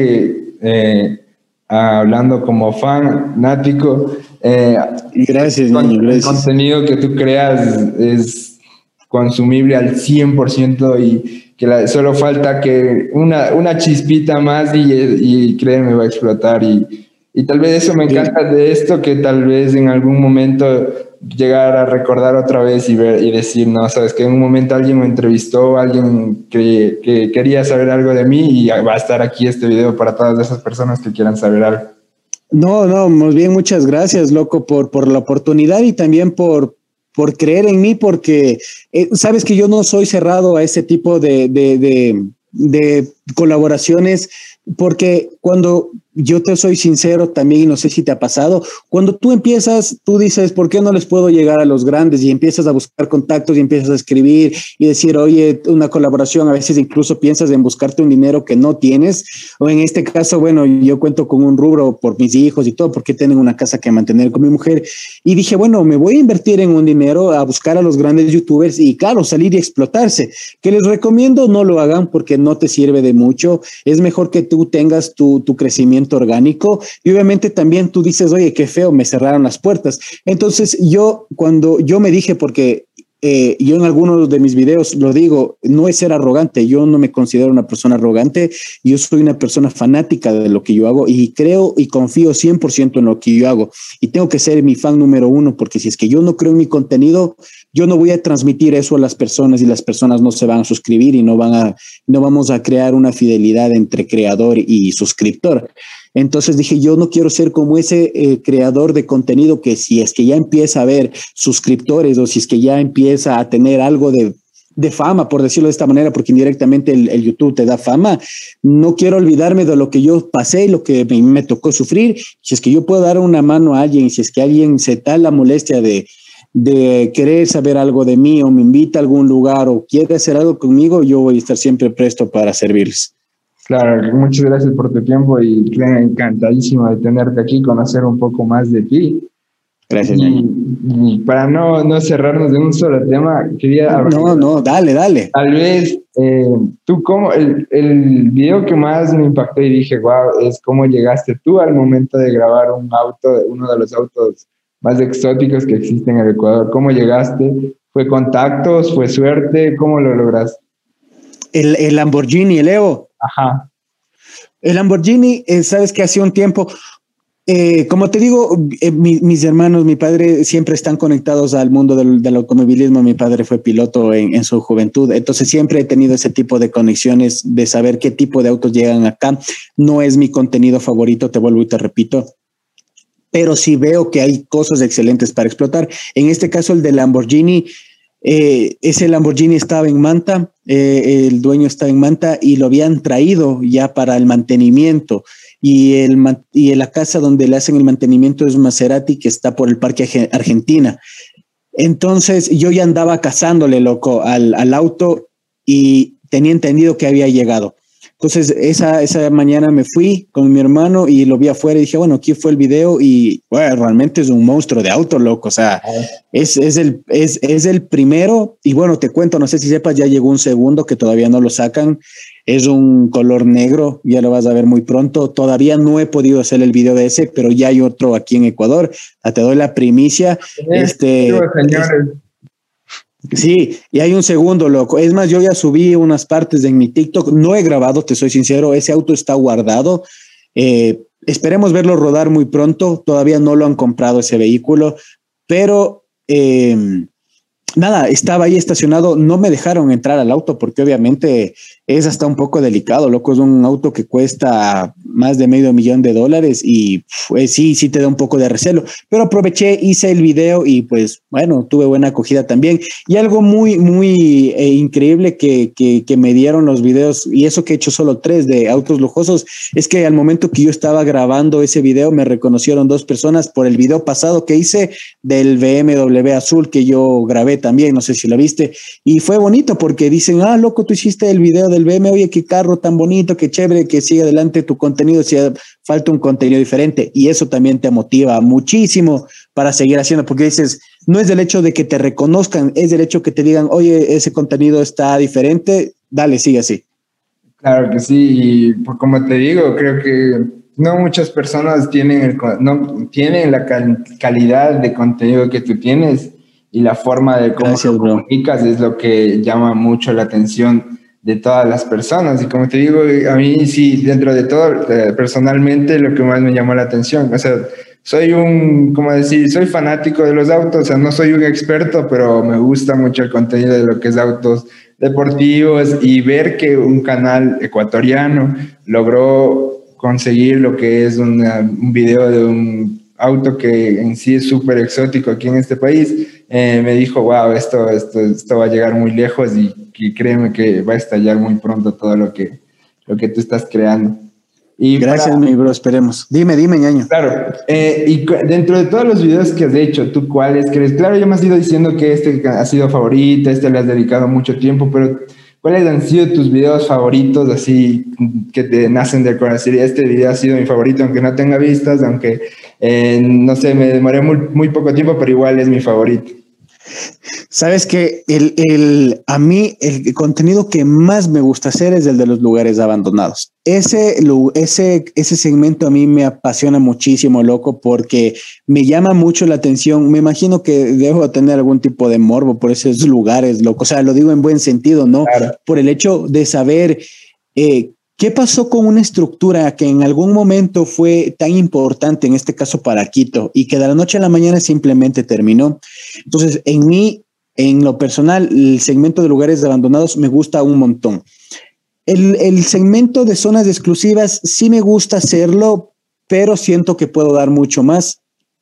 que hablando como fanático, gracias, niño, gracias. El contenido que tú creas es consumible al 100%, y que solo falta que una chispita más y créeme, va a explotar, y tal vez eso me encanta de esto, que tal vez en algún momento llegar a recordar otra vez y decir, no, sabes que en un momento alguien me entrevistó, alguien que quería saber algo de mí, y va a estar aquí este video para todas esas personas que quieran saber algo. No, más bien muchas gracias, loco, por la oportunidad y también por creer en mí, porque sabes que yo no soy cerrado a ese tipo de colaboraciones, porque cuando yo te soy sincero también, y no sé si te ha pasado, cuando tú empiezas, tú dices, ¿por qué no les puedo llegar a los grandes? Y empiezas a buscar contactos y empiezas a escribir y decir, oye, una colaboración, a veces incluso piensas en buscarte un dinero que no tienes, o en este caso, bueno, yo cuento con un rubro por mis hijos y todo, porque tengo una casa que mantener con mi mujer, y dije, bueno, me voy a invertir en un dinero, a buscar a los grandes youtubers y claro, salir y explotarse. Que les recomiendo no lo hagan porque no te sirve de mucho, es mejor que tú tengas tu crecimiento orgánico, y obviamente también tú dices, oye, qué feo, me cerraron las puertas. Entonces cuando yo me dije, porque yo en algunos de mis videos lo digo, no es ser arrogante, yo no me considero una persona arrogante, yo soy una persona fanática de lo que yo hago y creo y confío 100% en lo que yo hago, y tengo que ser mi fan número 1, porque si es que yo no creo en mi contenido, yo no voy a transmitir eso a las personas y las personas no se van a suscribir y no vamos a crear una fidelidad entre creador y suscriptor. Entonces dije, yo no quiero ser como ese creador de contenido que si es que ya empieza a ver suscriptores o si es que ya empieza a tener algo de fama, por decirlo de esta manera, porque indirectamente el YouTube te da fama, no quiero olvidarme de lo que yo pasé y lo que me tocó sufrir. Si es que yo puedo dar una mano a alguien, si es que alguien se da la molestia de de querer saber algo de mí o me invita a algún lugar o quiere hacer algo conmigo, yo voy a estar siempre presto para servirles. Claro, muchas gracias por tu tiempo y encantadísimo de tenerte aquí, conocer un poco más de ti. Gracias, y para no cerrarnos de un solo tema, quería... No, dale. Tal vez, tú como, el video que más me impactó y dije, wow, es cómo llegaste tú al momento de grabar un auto, uno de los autos más exóticos que existen en el Ecuador. ¿Cómo llegaste? ¿Fue contactos? ¿Fue suerte? ¿Cómo lo lograste? El Lamborghini, el Evo. Ajá. El Lamborghini, sabes que hace un tiempo, como te digo, mis hermanos, mi padre siempre están conectados al mundo del automovilismo. Mi padre fue piloto en su juventud, entonces siempre he tenido ese tipo de conexiones de saber qué tipo de autos llegan acá. No es mi contenido favorito, te vuelvo y te repito, pero sí veo que hay cosas excelentes para explotar. En este caso, el de Lamborghini, ese Lamborghini estaba en Manta, el dueño estaba en Manta y lo habían traído ya para el mantenimiento. Y la casa donde le hacen el mantenimiento es Maserati, que está por el Parque Argentina. Entonces yo ya andaba cazándole, loco, al auto y tenía entendido que había llegado. Entonces esa mañana me fui con mi hermano y lo vi afuera y dije, bueno, aquí fue el video y bueno, realmente es un monstruo de auto, loco. O sea, es el primero y bueno, te cuento, no sé si sepas, ya llegó un segundo que todavía no lo sacan. Es un color negro, ya lo vas a ver muy pronto. Todavía no he podido hacer el video de ese, pero ya hay otro aquí en Ecuador. Te doy la primicia. Señores. Sí, y hay un segundo, loco. Es más, yo ya subí unas partes en mi TikTok. No he grabado, te soy sincero. Ese auto está guardado. Esperemos verlo rodar muy pronto. Todavía no lo han comprado ese vehículo, pero nada, estaba ahí estacionado. No me dejaron entrar al auto porque obviamente es hasta un poco delicado, loco. Es un auto que cuesta más de $500,000 y sí te da un poco de recelo, pero aproveché, hice el video y pues bueno, tuve buena acogida también. Y algo muy increíble que me dieron los videos, y eso que he hecho solo 3 de autos lujosos, es que al momento que yo estaba grabando ese video me reconocieron 2 personas por el video pasado que hice del BMW azul que yo grabé también, no sé si lo viste, y fue bonito porque dicen, loco, tú hiciste el video del BM, oye, qué carro tan bonito, qué chévere, que siga adelante tu contenido, si falta un contenido diferente, y eso también te motiva muchísimo para seguir haciendo, porque dices, no es del hecho de que te reconozcan, es del hecho que te digan, oye, ese contenido está diferente, dale, sigue así. Claro que sí, y pues, como te digo, creo que no muchas personas no tienen la calidad de contenido que tú tienes y la forma de cómo lo comunicas es lo que llama mucho la atención de todas las personas. Y como te digo, a mí sí, dentro de todo, personalmente lo que más me llamó la atención, o sea, soy soy fanático de los autos, o sea, no soy un experto, pero me gusta mucho el contenido de lo que es autos deportivos y ver que un canal ecuatoriano logró conseguir lo que es un video de un auto que en sí es súper exótico aquí en este país, me dijo, wow, esto va a llegar muy lejos y créeme que va a estallar muy pronto todo lo que tú estás creando. Y gracias, mi bro, esperemos. Dime, ñaño. Claro, y dentro de todos los videos que has hecho, ¿tú cuáles crees? Claro, ya me has ido diciendo que este ha sido favorito, le has dedicado mucho tiempo, pero ¿cuáles han sido tus videos favoritos, así que te nacen del corazón? Este video ha sido mi favorito, aunque no tenga vistas, aunque, no sé, me demoré muy poco tiempo, pero igual es mi favorito. Sabes que a mí el contenido que más me gusta hacer es el de los lugares abandonados. Ese segmento a mí me apasiona muchísimo, loco, porque me llama mucho la atención. Me imagino que debo tener algún tipo de morbo por esos lugares, loco. O sea, lo digo en buen sentido, ¿no? Claro. Por el hecho de saber qué pasó con una estructura que en algún momento fue tan importante, en este caso para Quito, y que de la noche a la mañana simplemente terminó. Entonces, en lo personal, el segmento de lugares abandonados me gusta un montón. El segmento de zonas exclusivas sí me gusta hacerlo, pero siento que puedo dar mucho más.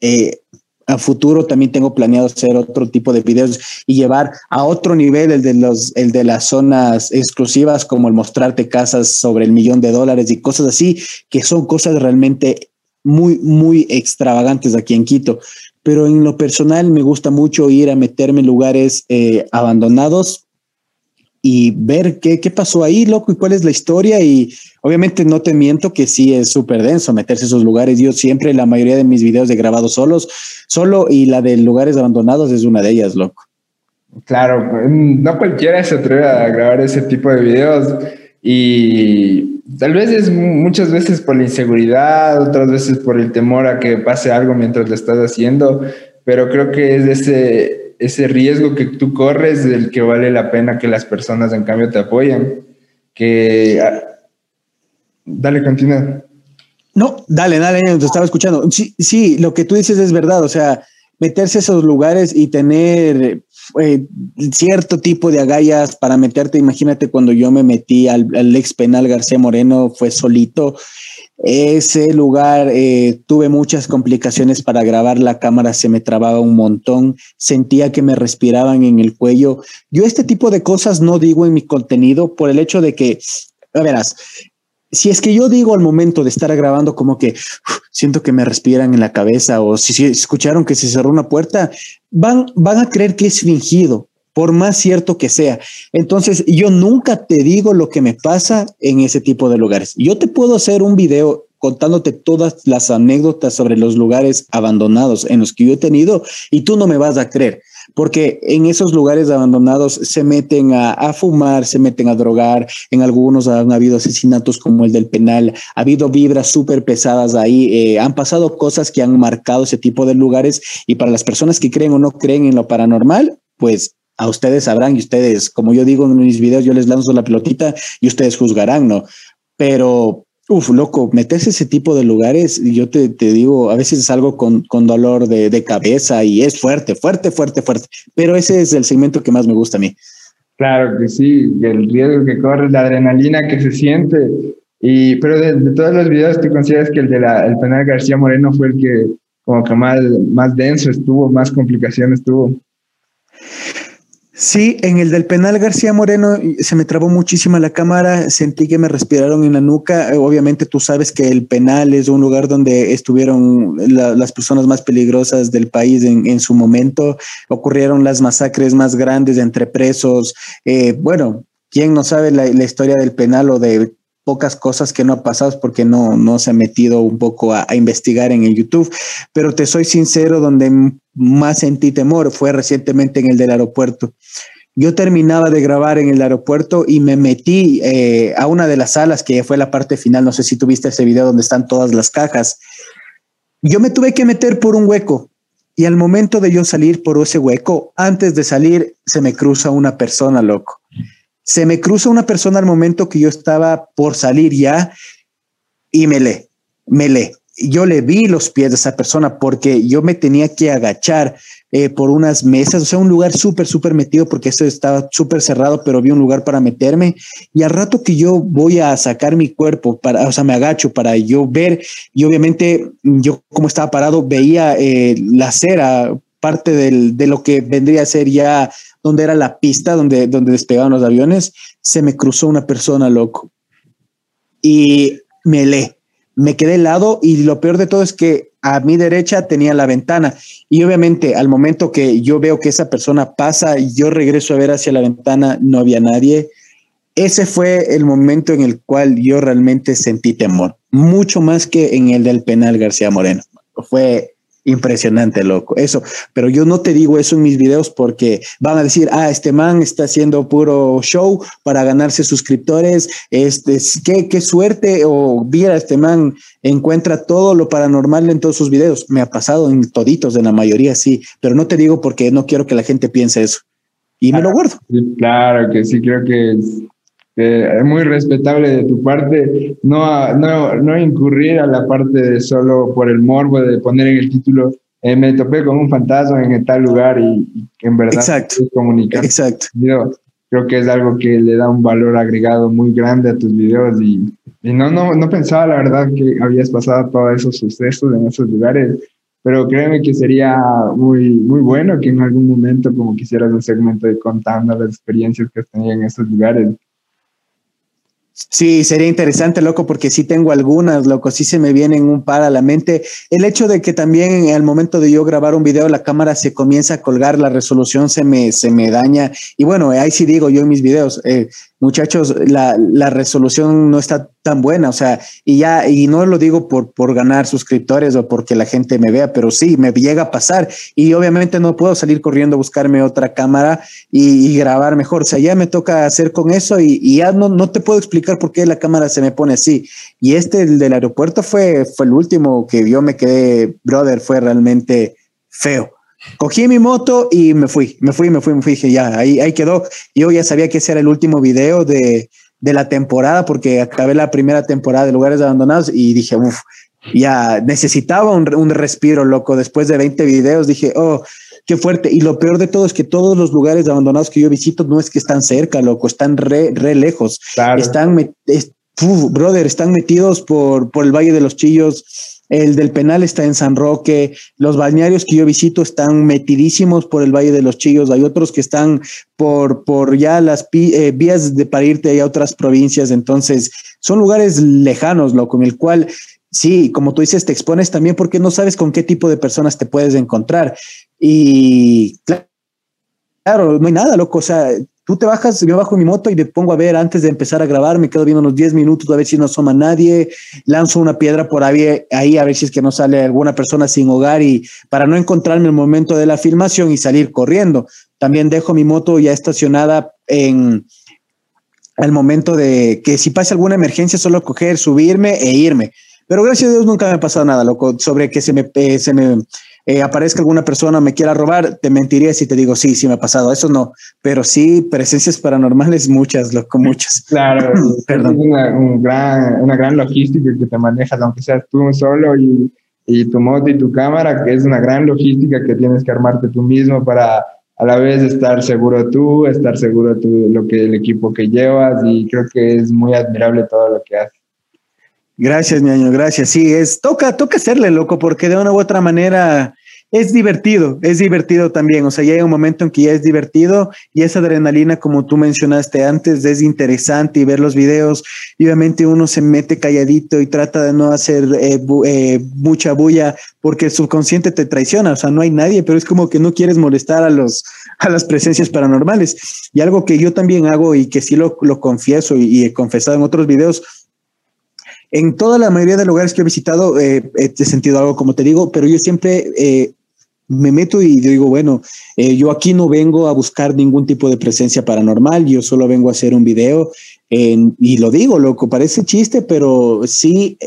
A futuro también tengo planeado hacer otro tipo de videos y llevar a otro nivel el de las zonas exclusivas, como el mostrarte casas sobre $1 millón y cosas así, que son cosas realmente muy extravagantes aquí en Quito. pero en lo personal me gusta mucho ir a meterme en lugares abandonados y ver qué pasó ahí, loco, y cuál es la historia. Y obviamente no te miento que sí es súper denso meterse en esos lugares. Yo siempre, la mayoría de mis videos he grabado solo, y la de lugares abandonados es una de ellas, loco. Claro, pues, no cualquiera se atreve a grabar ese tipo de videos y tal vez es muchas veces por la inseguridad, otras veces por el temor a que pase algo mientras lo estás haciendo, pero creo que es ese riesgo que tú corres el que vale la pena que las personas en cambio te apoyen. Dale, continúa. No, dale, te estaba escuchando. Sí, sí, lo que tú dices es verdad, o sea, meterse a esos lugares y tener cierto tipo de agallas para meterte. Imagínate cuando yo me metí al ex penal García Moreno, fue solito. Ese lugar tuve muchas complicaciones para grabar, la cámara se me trababa un montón, sentía que me respiraban en el cuello. Yo este tipo de cosas no digo en mi contenido por el hecho de que, a verás, si es que yo digo al momento de estar grabando como que siento que me respiran en la cabeza, o si escucharon que se cerró una puerta, van a creer que es fingido, por más cierto que sea. Entonces, yo nunca te digo lo que me pasa en ese tipo de lugares. Yo te puedo hacer un video contándote todas las anécdotas sobre los lugares abandonados en los que yo he tenido y tú no me vas a creer, porque en esos lugares abandonados se meten a fumar, se meten a drogar. En algunos han habido asesinatos como el del penal, ha habido vibras súper pesadas ahí, han pasado cosas que han marcado ese tipo de lugares, y para las personas que creen o no creen en lo paranormal, pues a ustedes sabrán, y ustedes, como yo digo en mis videos, yo les lanzo la pelotita y ustedes juzgarán, ¿no? Pero, loco, meterse ese tipo de lugares, yo te digo, a veces salgo con dolor de cabeza y es fuerte, pero ese es el segmento que más me gusta a mí. Claro que sí, el riesgo que corres, la adrenalina que se siente. Pero de todos los videos, ¿tú consideras que el penal García Moreno fue el que como que más denso estuvo, más complicaciones tuvo? Sí, en el del penal García Moreno se me trabó muchísima la cámara, sentí que me respiraron en la nuca. Obviamente tú sabes que el penal es un lugar donde estuvieron las personas más peligrosas del país en su momento. Ocurrieron las masacres más grandes entre presos. Bueno, ¿quién no sabe la historia del penal o de pocas cosas que no ha pasado porque no se ha metido un poco a investigar en el YouTube? Pero te soy sincero, donde más sentí temor fue recientemente en el del aeropuerto. Yo terminaba de grabar en el aeropuerto y me metí a una de las salas que fue la parte final. No sé si tuviste ese video donde están todas las cajas. Yo me tuve que meter por un hueco y al momento de yo salir por ese hueco, antes de salir, se me cruza una persona, loco. Se me cruza una persona al momento que yo estaba por salir ya y me lee. Yo le vi los pies de esa persona porque yo me tenía que agachar por unas mesas, o sea, un lugar súper metido porque esto estaba súper cerrado, pero vi un lugar para meterme. Y al rato que yo voy a sacar mi cuerpo, o sea, me agacho para yo ver, y obviamente yo como estaba parado veía la acera, parte de lo que vendría a ser ya donde era la pista, donde despegaban los aviones. Se me cruzó una persona, loco, y me quedé helado, y lo peor de todo es que a mi derecha tenía la ventana, y obviamente al momento que yo veo que esa persona pasa y yo regreso a ver hacia la ventana, no había nadie. Ese fue el momento en el cual yo realmente sentí temor, mucho más que en el del penal García Moreno. Fue impresionante, loco, eso. Pero yo no te digo eso en mis videos porque van a decir, este man está haciendo puro show para ganarse suscriptores. Qué suerte, o viera, este man encuentra todo lo paranormal en todos sus videos. Me ha pasado en toditos, en la mayoría, sí, pero no te digo porque no quiero que la gente piense eso. Y me lo guardo. Sí, claro que sí, creo que es muy respetable de tu parte no incurrir a la parte de solo por el morbo de poner en el título me topé con un fantasma en tal lugar y que en verdad Exacto. Comunicar. Exacto. Creo que es algo que le da un valor agregado muy grande a tus videos y no pensaba la verdad que habías pasado todos esos sucesos en esos lugares, pero créeme que sería muy, muy bueno que en algún momento como quisieras un segmento de contando las experiencias que has tenido en esos lugares. Sí, sería interesante, loco, porque sí tengo algunas, loco, sí se me vienen un par a la mente. El hecho de que también al momento de yo grabar un video, la cámara se comienza a colgar, la resolución se me daña. Y bueno, ahí sí digo yo en mis videos, muchachos, la resolución no está tan buena, o sea, y no lo digo por ganar suscriptores o porque la gente me vea, pero sí, me llega a pasar y obviamente no puedo salir corriendo a buscarme otra cámara y grabar mejor, o sea, ya me toca hacer con eso y ya no te puedo explicar por qué la cámara se me pone así. Y el del aeropuerto fue el último que yo me quedé, brother, fue realmente feo. Cogí mi moto y me fui, dije ya, ahí quedó. Yo ya sabía que ese era el último video de la temporada porque acabé la primera temporada de Lugares Abandonados y dije, uff, ya necesitaba un respiro, loco. Después de 20 videos dije, oh, qué fuerte. Y lo peor de todo es que todos los lugares abandonados que yo visito no es que están cerca, loco, están re lejos. Claro. Brother, están metidos por el Valle de los Chillos. El del Penal está en San Roque. Los balnearios que yo visito están metidísimos por el Valle de los Chillos. Hay otros que están por ya las vías para irte a otras provincias. Entonces, son lugares lejanos, loco, en el cual, sí, como tú dices, te expones también porque no sabes con qué tipo de personas te puedes encontrar. Y claro, no hay nada, loco. O sea, tú te bajas, yo bajo mi moto y me pongo a ver antes de empezar a grabar, me quedo viendo unos 10 minutos a ver si no asoma nadie, lanzo una piedra por ahí a ver si es que no sale alguna persona sin hogar y para no encontrarme el momento de la filmación y salir corriendo. También dejo mi moto ya estacionada al momento de que si pasa alguna emergencia, solo coger, subirme e irme. Pero gracias a Dios nunca me ha pasado nada, loco, sobre que se me aparezca alguna persona, me quiera robar, te mentiría si te digo, sí me ha pasado, eso no, pero sí, presencias paranormales muchas, loco, muchas. Claro, perdón. Es una gran logística que te manejas, aunque seas tú solo y tu moto y tu cámara, que es una gran logística que tienes que armarte tú mismo para a la vez estar seguro tú, el equipo que llevas, y creo que es muy admirable todo lo que haces. Gracias, ñaño, gracias. Sí, toca hacerle, loco, porque de una u otra manera es divertido también. O sea, llega un momento en que ya es divertido y esa adrenalina, como tú mencionaste antes, es interesante y ver los videos. Y obviamente uno se mete calladito y trata de no hacer mucha bulla porque el subconsciente te traiciona. O sea, no hay nadie, pero es como que no quieres molestar a las presencias paranormales. Y algo que yo también hago y que sí lo confieso y he confesado en otros videos. En toda la mayoría de lugares que he visitado he sentido algo, como te digo, pero yo siempre me meto y digo, bueno, yo aquí no vengo a buscar ningún tipo de presencia paranormal, yo solo vengo a hacer un video y lo digo, loco, parece chiste, pero sí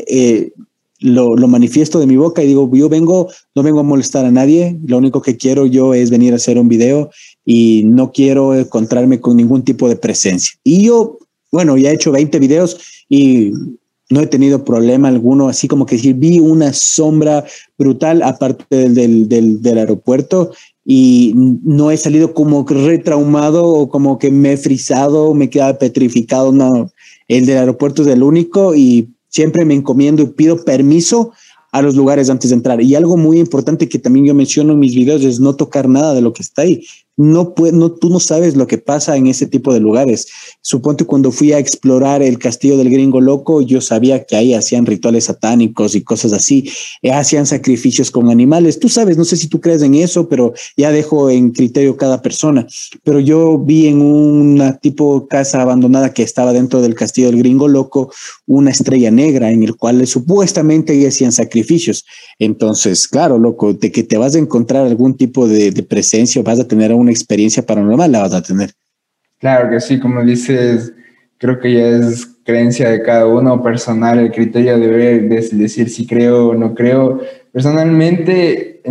lo manifiesto de mi boca y digo, no vengo a molestar a nadie, lo único que quiero yo es venir a hacer un video y no quiero encontrarme con ningún tipo de presencia. Y yo, bueno, ya he hecho 20 videos y no he tenido problema alguno, así como que decir, vi una sombra brutal aparte del aeropuerto y no he salido como retraumado o como que me he frisado, me he quedado petrificado, no, el del aeropuerto es el único y siempre me encomiendo y pido permiso a los lugares antes de entrar. Y algo muy importante que también yo menciono en mis videos es no tocar nada de lo que está ahí. Tú no sabes lo que pasa en ese tipo de lugares. Suponte cuando fui a explorar el castillo del Gringo Loco, yo sabía que ahí hacían rituales satánicos y cosas así, hacían sacrificios con animales. Tú sabes, no sé si tú crees en eso, pero ya dejo en criterio cada persona. Pero yo vi en una tipo casa abandonada que estaba dentro del castillo del Gringo Loco una estrella negra en el cual supuestamente ahí hacían sacrificios. Entonces, claro, loco, de que te vas a encontrar algún tipo de presencia o vas a tener una experiencia paranormal, la vas a tener. Claro que sí, como dices, creo que ya es creencia de cada uno, personal, el criterio de decir si creo o no creo. Personalmente,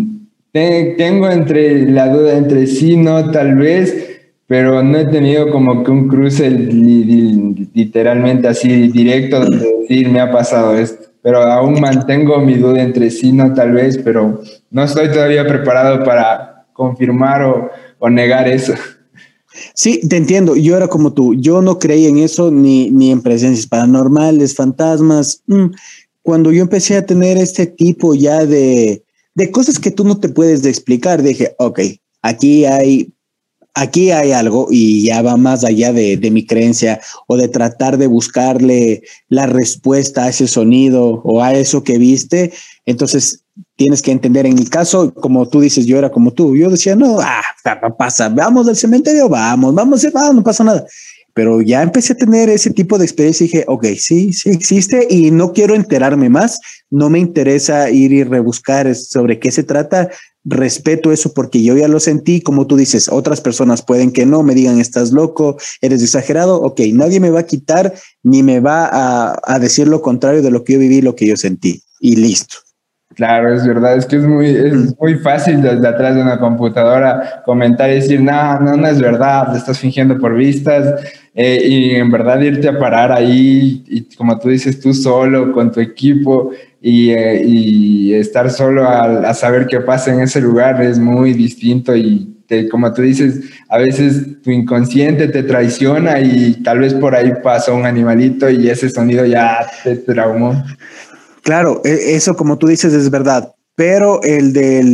tengo entre la duda entre sí, no, tal vez, pero no he tenido como que un cruce literalmente así directo donde decir me ha pasado esto. Pero aún mantengo mi duda entre sí, no, tal vez, pero no estoy todavía preparado para confirmar o negar eso. Sí, te entiendo. Yo era como tú. Yo no creía en eso ni en presencias paranormales, fantasmas. Cuando yo empecé a tener este tipo ya de cosas que tú no te puedes explicar, dije, ok, aquí hay aquí hay algo y ya va más allá de mi creencia o de tratar de buscarle la respuesta a ese sonido o a eso que viste. Entonces tienes que entender, en mi caso, como tú dices, yo era como tú, yo decía, no, pasa, vamos al cementerio, vamos, no pasa nada. Pero ya empecé a tener ese tipo de experiencia y dije, ok, sí existe y no quiero enterarme más, no me interesa ir y rebuscar sobre qué se trata, respeto eso porque yo ya lo sentí, como tú dices, otras personas pueden que no, me digan, estás loco, eres exagerado, ok, nadie me va a quitar ni me va a decir lo contrario de lo que yo viví, lo que yo sentí y listo. Claro, es verdad, es que es muy fácil desde atrás de una computadora comentar y decir, no es verdad, te estás fingiendo por vistas, y en verdad irte a parar ahí, y como tú dices, tú solo, con tu equipo, y estar solo a saber qué pasa en ese lugar es muy distinto como tú dices, a veces tu inconsciente te traiciona y tal vez por ahí pasó un animalito y ese sonido ya te traumó. Claro, eso como tú dices es verdad, pero el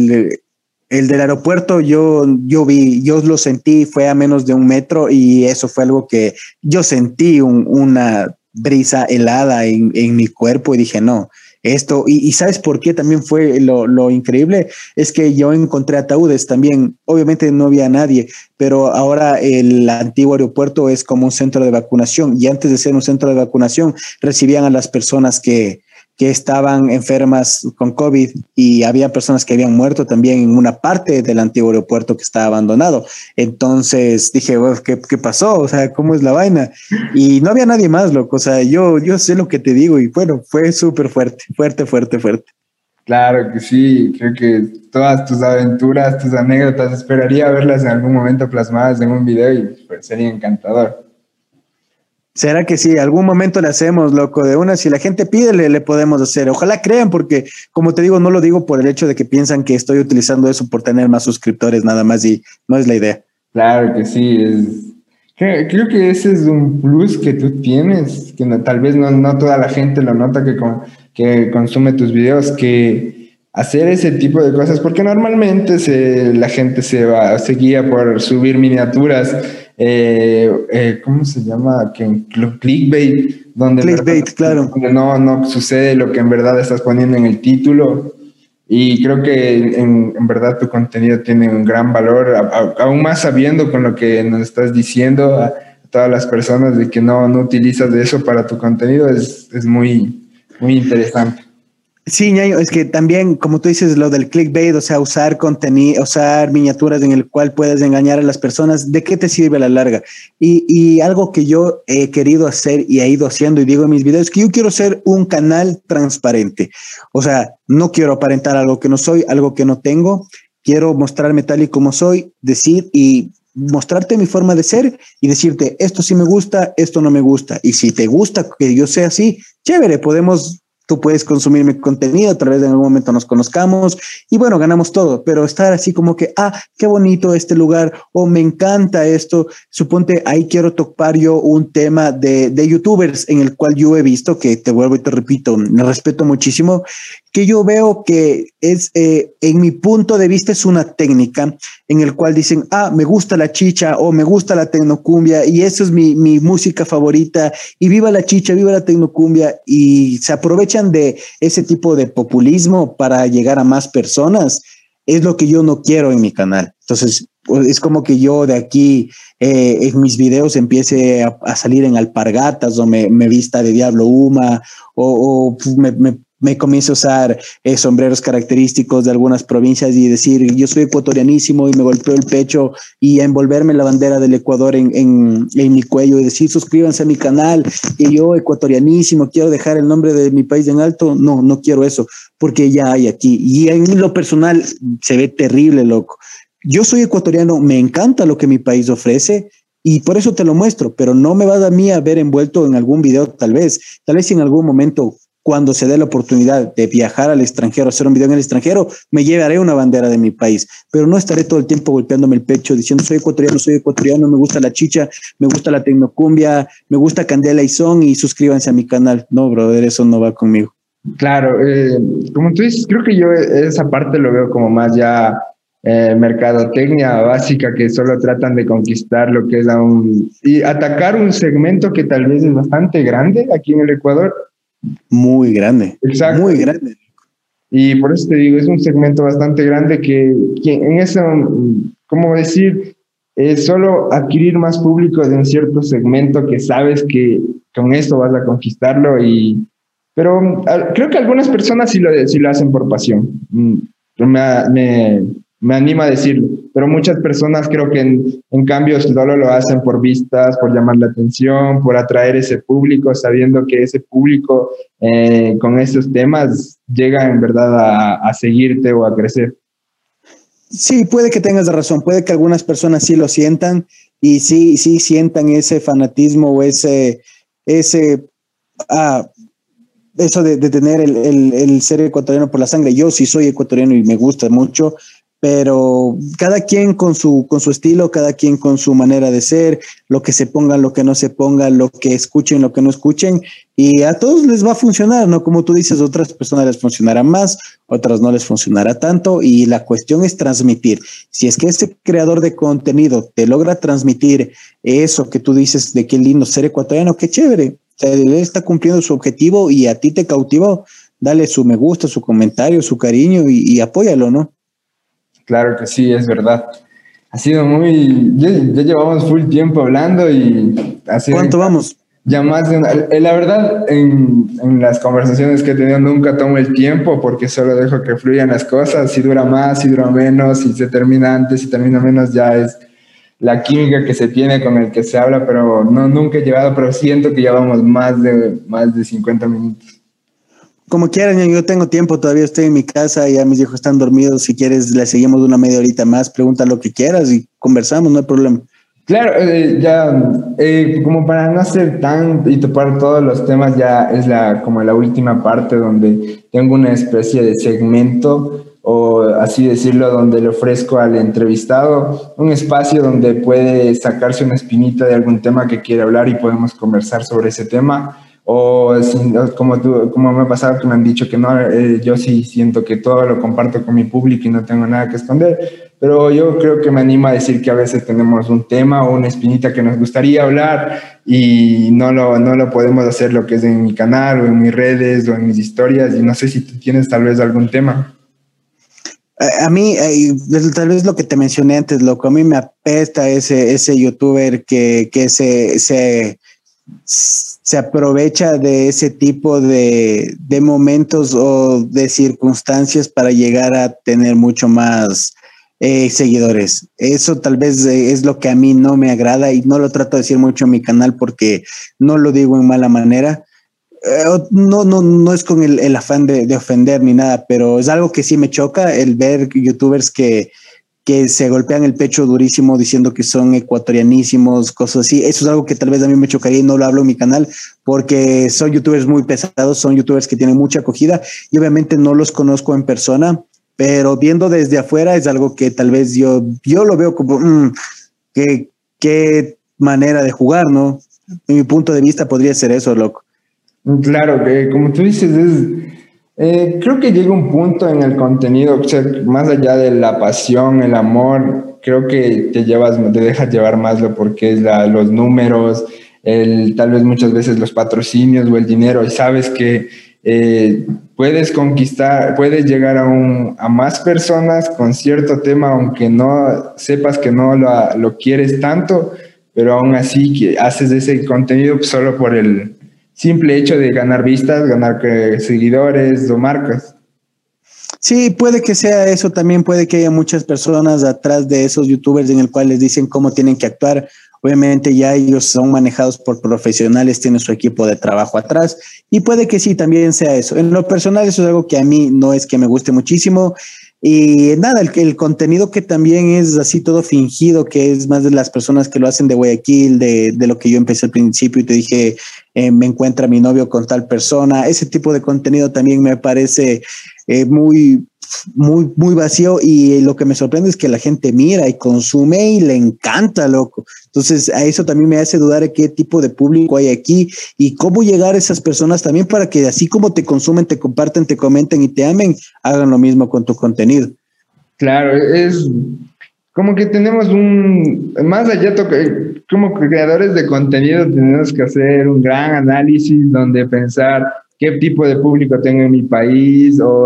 del aeropuerto yo lo sentí, fue a menos de 1 metro y eso fue algo que yo sentí una brisa helada en mi cuerpo y dije, no, esto, y ¿sabes por qué también fue lo increíble? Es que yo encontré ataúdes también, obviamente no había nadie, pero ahora el antiguo aeropuerto es como un centro de vacunación y antes de ser un centro de vacunación recibían a las personas que estaban enfermas con COVID y había personas que habían muerto también en una parte del antiguo aeropuerto que estaba abandonado. Entonces dije, well, ¿qué pasó? O sea, ¿cómo es la vaina? Y no había nadie más, loco. O sea, yo sé lo que te digo y bueno, fue súper fuerte. Claro que sí, creo que todas tus aventuras, tus anécdotas, esperaría verlas en algún momento plasmadas en un video y pues, sería encantador. ¿Será que sí? Algún momento le hacemos, loco, de una. Si la gente pide, le podemos hacer. Ojalá crean, porque como te digo, no lo digo por el hecho de que piensan que estoy utilizando eso por tener más suscriptores, nada más, y no es la idea. Claro que sí. Creo que ese es un plus que tú tienes, que tal vez no toda la gente lo nota que consume tus videos, que hacer ese tipo de cosas, porque normalmente la gente se guía por subir miniaturas. ¿Cómo se llama? Clickbait, claro. Donde no sucede lo que en verdad estás poniendo en el título. Y creo que en verdad tu contenido tiene un gran valor, aún más sabiendo con lo que nos estás diciendo a todas las personas de que no utilizas eso para tu contenido, es muy, muy interesante. Sí, ñaño, es que también, como tú dices, lo del clickbait, o sea, usar contenido, usar miniaturas en el cual puedes engañar a las personas, ¿de qué te sirve a la larga? Y algo que yo he querido hacer y he ido haciendo y digo en mis videos, que yo quiero ser un canal transparente. O sea, no quiero aparentar algo que no soy, algo que no tengo. Quiero mostrarme tal y como soy, decir y mostrarte mi forma de ser y decirte, esto sí me gusta, esto no me gusta. Y si te gusta que yo sea así, chévere, tú puedes consumir mi contenido, tal vez en algún momento nos conozcamos y bueno, ganamos todo, pero estar así como que, qué bonito este lugar o me encanta esto, suponte ahí quiero tocar yo un tema de youtubers en el cual yo he visto, que te vuelvo y te repito, me respeto muchísimo, que yo veo que es, en mi punto de vista es una técnica en el cual dicen, me gusta la chicha o me gusta la tecnocumbia y eso es mi música favorita y viva la chicha, viva la tecnocumbia y se aprovechan de ese tipo de populismo para llegar a más personas. Es lo que yo no quiero en mi canal. Entonces, es como que yo de aquí en mis videos empiece a salir en alpargatas o me vista de Diablo Uma o me comienzo a usar sombreros característicos de algunas provincias y decir yo soy ecuatorianísimo y me golpeo el pecho y envolverme la bandera del Ecuador en mi cuello y decir suscríbanse a mi canal y yo ecuatorianísimo quiero dejar el nombre de mi país en alto. No quiero eso porque ya hay aquí y en lo personal se ve terrible, loco. Yo soy ecuatoriano, me encanta lo que mi país ofrece y por eso te lo muestro, pero no me vas a mí a ver envuelto en algún video tal vez en algún momento cuando se dé la oportunidad de viajar al extranjero, hacer un video en el extranjero, me llevaré una bandera de mi país, pero no estaré todo el tiempo golpeándome el pecho diciendo soy ecuatoriano, me gusta la chicha, me gusta la tecnocumbia, me gusta Candela y Son y suscríbanse a mi canal. No, brother, eso no va conmigo. Claro, como tú dices, creo que yo esa parte lo veo como más ya mercadotecnia básica que solo tratan de conquistar lo que es y atacar un segmento que tal vez es bastante grande aquí en el Ecuador. Muy grande. Exacto. Muy grande. Y por eso te digo, es un segmento bastante grande que en eso, ¿cómo decir? Es solo adquirir más público de un cierto segmento que sabes que con esto vas a conquistarlo. Pero creo que algunas personas sí lo hacen por pasión. Me anima a decirlo, pero muchas personas creo que en cambio solo lo hacen por vistas, por llamar la atención, por atraer ese público, sabiendo que ese público con estos temas llega en verdad a seguirte o a crecer. Sí, puede que tengas razón, puede que algunas personas sí lo sientan y sí sientan ese fanatismo o eso de tener el ser ecuatoriano por la sangre. Yo sí soy ecuatoriano y me gusta mucho, pero cada quien con su estilo, cada quien con su manera de ser, lo que se ponga, lo que no se ponga, lo que escuchen, lo que no escuchen, y a todos les va a funcionar, ¿no? Como tú dices, otras personas les funcionará más, otras no les funcionará tanto, y la cuestión es transmitir. Si es que ese creador de contenido te logra transmitir eso que tú dices de qué lindo ser ecuatoriano, qué chévere, o sea, él está cumpliendo su objetivo y a ti te cautivó, dale su me gusta, su comentario, su cariño y apóyalo, ¿no? Claro que sí, es verdad. Ha sido ya llevamos full tiempo hablando y ¿Cuánto vamos? Ya más de la verdad, en las conversaciones que he tenido nunca tomo el tiempo porque solo dejo que fluyan las cosas. Si dura más, si dura menos, si se termina antes, si termina menos, ya es la química que se tiene con el que se habla, pero nunca he llevado, pero siento que ya vamos más de 50 minutos. Como quieran, yo tengo tiempo, todavía estoy en mi casa, ya mis hijos están dormidos. Si quieres, le seguimos una media horita más, pregunta lo que quieras y conversamos, no hay problema. Claro, como para no hacer tan y topar todos los temas, ya es como la última parte donde tengo una especie de segmento, o así decirlo, donde le ofrezco al entrevistado un espacio donde puede sacarse una espinita de algún tema que quiere hablar y podemos conversar sobre ese tema. Como me ha pasado que me han dicho que no, yo sí siento que todo lo comparto con mi público y no tengo nada que esconder, pero yo creo que me anima a decir que a veces tenemos un tema o una espinita que nos gustaría hablar y no lo podemos hacer, lo que es en mi canal o en mis redes o en mis historias, y no sé si tú tienes tal vez algún tema. A mí, tal vez lo que te mencioné antes, loco, a mí me apesta ese youtuber que se aprovecha de ese tipo de momentos o de circunstancias para llegar a tener mucho más seguidores. Eso tal vez es lo que a mí no me agrada y no lo trato de decir mucho en mi canal porque no lo digo en mala manera. No es con el afán de ofender ni nada, pero es algo que sí me choca el ver youtubers que se golpean el pecho durísimo diciendo que son ecuatorianísimos, cosas así. Eso es algo que tal vez a mí me chocaría y no lo hablo en mi canal porque son youtubers muy pesados, son youtubers que tienen mucha acogida y obviamente no los conozco en persona, pero viendo desde afuera es algo que tal vez yo lo veo como qué manera de jugar, ¿no? En mi punto de vista podría ser eso, loco. Claro, que como tú dices, creo que llega un punto en el contenido, o sea, más allá de la pasión, el amor, creo que te dejas llevar más lo porque es los números, tal vez muchas veces los patrocinios o el dinero, y sabes que puedes conquistar, puedes llegar a más personas con cierto tema, aunque no sepas que no lo quieres tanto, pero aún así que haces ese contenido solo por el simple hecho de ganar vistas, ganar seguidores o marcas. Sí, puede que sea eso, también puede que haya muchas personas atrás de esos youtubers en el cual les dicen cómo tienen que actuar. Obviamente ya ellos son manejados por profesionales, tienen su equipo de trabajo atrás y puede que sí, también sea eso. En lo personal eso es algo que a mí no es que me guste muchísimo y nada, el contenido que también es así todo fingido, que es más de las personas que lo hacen de Guayaquil, de lo que yo empecé al principio y te dije, me encuentra mi novio con tal persona, ese tipo de contenido también me parece muy vacío y lo que me sorprende es que la gente mira y consume y le encanta, loco. Entonces a eso también me hace dudar de qué tipo de público hay aquí y cómo llegar a esas personas también para que así como te consumen, te comparten, te comenten y te amen, hagan lo mismo con tu contenido. Claro, es como que tenemos más allá, como creadores de contenido tenemos que hacer un gran análisis donde pensar qué tipo de público tengo en mi país o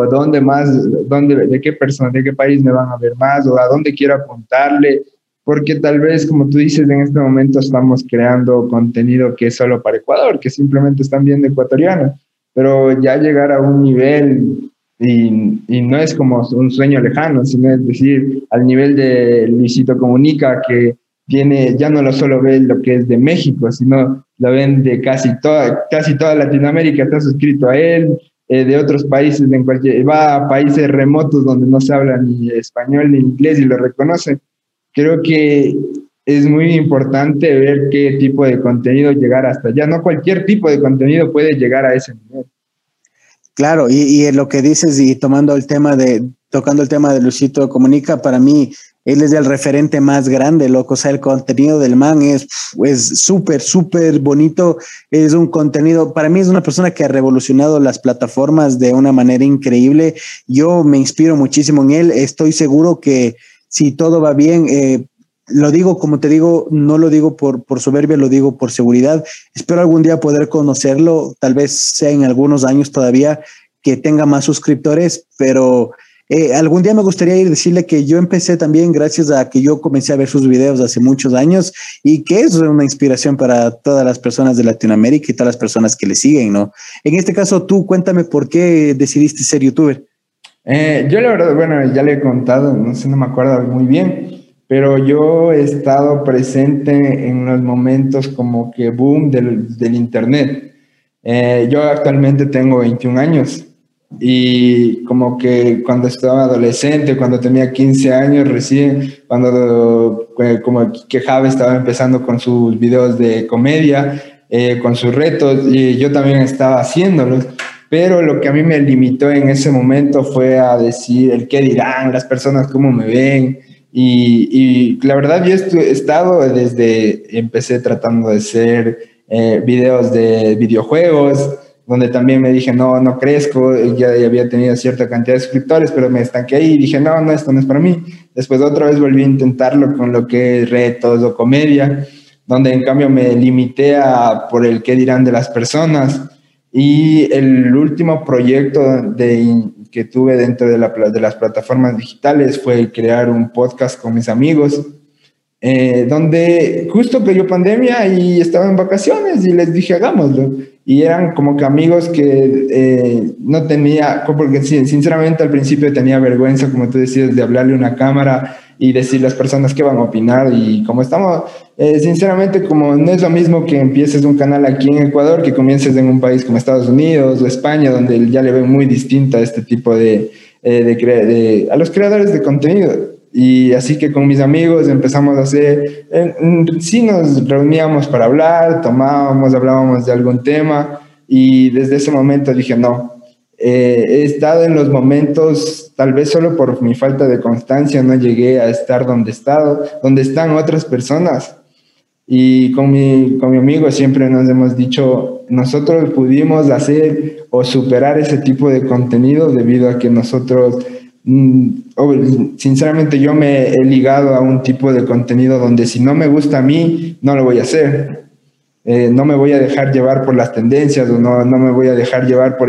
de qué persona, de qué país me van a ver más o a dónde quiero apuntarle, porque tal vez, como tú dices, en este momento estamos creando contenido que es solo para Ecuador, que simplemente están viendo ecuatorianos, pero ya llegar a un nivel y no es como un sueño lejano, sino es decir, al nivel de Luisito Comunica, que ya no lo solo ve lo que es de México, sino lo ven de casi toda Latinoamérica, está suscrito a él, de otros países, va a países remotos donde no se habla ni español ni inglés y lo reconocen. Creo que es muy importante ver qué tipo de contenido llegar hasta allá. No cualquier tipo de contenido puede llegar a ese nivel. Claro, y lo que dices y tocando el tema de Luisito Comunica, para mí, él es el referente más grande, loco. O sea, el contenido del man es súper, súper bonito. Es un contenido, para mí es una persona que ha revolucionado las plataformas de una manera increíble. Yo me inspiro muchísimo en él. Estoy seguro que si todo va bien, lo digo, como te digo, no lo digo por soberbia, lo digo por seguridad. Espero algún día poder conocerlo, tal vez sea en algunos años todavía, que tenga más suscriptores, pero algún día me gustaría ir a decirle que yo empecé también gracias a que yo comencé a ver sus videos hace muchos años y que es una inspiración para todas las personas de Latinoamérica y todas las personas que le siguen, ¿no? En este caso, tú cuéntame por qué decidiste ser youtuber. Yo la verdad, bueno, ya le he contado, no sé, no me acuerdo muy bien, pero yo he estado presente en los momentos como que boom del internet. Yo actualmente tengo 21 años y como que cuando estaba adolescente, cuando tenía 15 años recién, cuando como que Javi estaba empezando con sus videos de comedia, con sus retos, y yo también estaba haciéndolos. Pero lo que a mí me limitó en ese momento fue a decir el qué dirán las personas, cómo me ven. Y la verdad yo he estado empecé tratando de hacer videos de videojuegos, donde también me dije, no crezco, ya había tenido cierta cantidad de suscriptores, pero me estanqué ahí y dije, no, esto no es para mí. Después otra vez volví a intentarlo con lo que es retos o comedia, donde en cambio me limité por el qué dirán de las personas. Y el último proyecto que tuve dentro de las plataformas digitales fue crear un podcast con mis amigos, donde justo cayó pandemia y estaba en vacaciones y les dije, hagámoslo. Y eran como que amigos que no tenía, porque sinceramente al principio tenía vergüenza, como tú decías, de hablarle a una cámara y decir las personas qué van a opinar. Y como estamos, sinceramente, como no es lo mismo que empieces un canal aquí en Ecuador que comiences en un país como Estados Unidos o España, donde ya le ven muy distinta este tipo a los creadores de contenido. Y así que con mis amigos empezamos a hacer, sí nos reuníamos para hablar, hablábamos de algún tema y desde ese momento dije, no, he estado en los momentos, tal vez solo por mi falta de constancia, no llegué a estar donde están otras personas. Y con mi amigo siempre nos hemos dicho, nosotros pudimos hacer o superar ese tipo de contenido debido a que nosotros... sinceramente yo me he ligado a un tipo de contenido donde si no me gusta a mí, no lo voy a hacer. No me voy a dejar llevar por las tendencias o no me voy a dejar llevar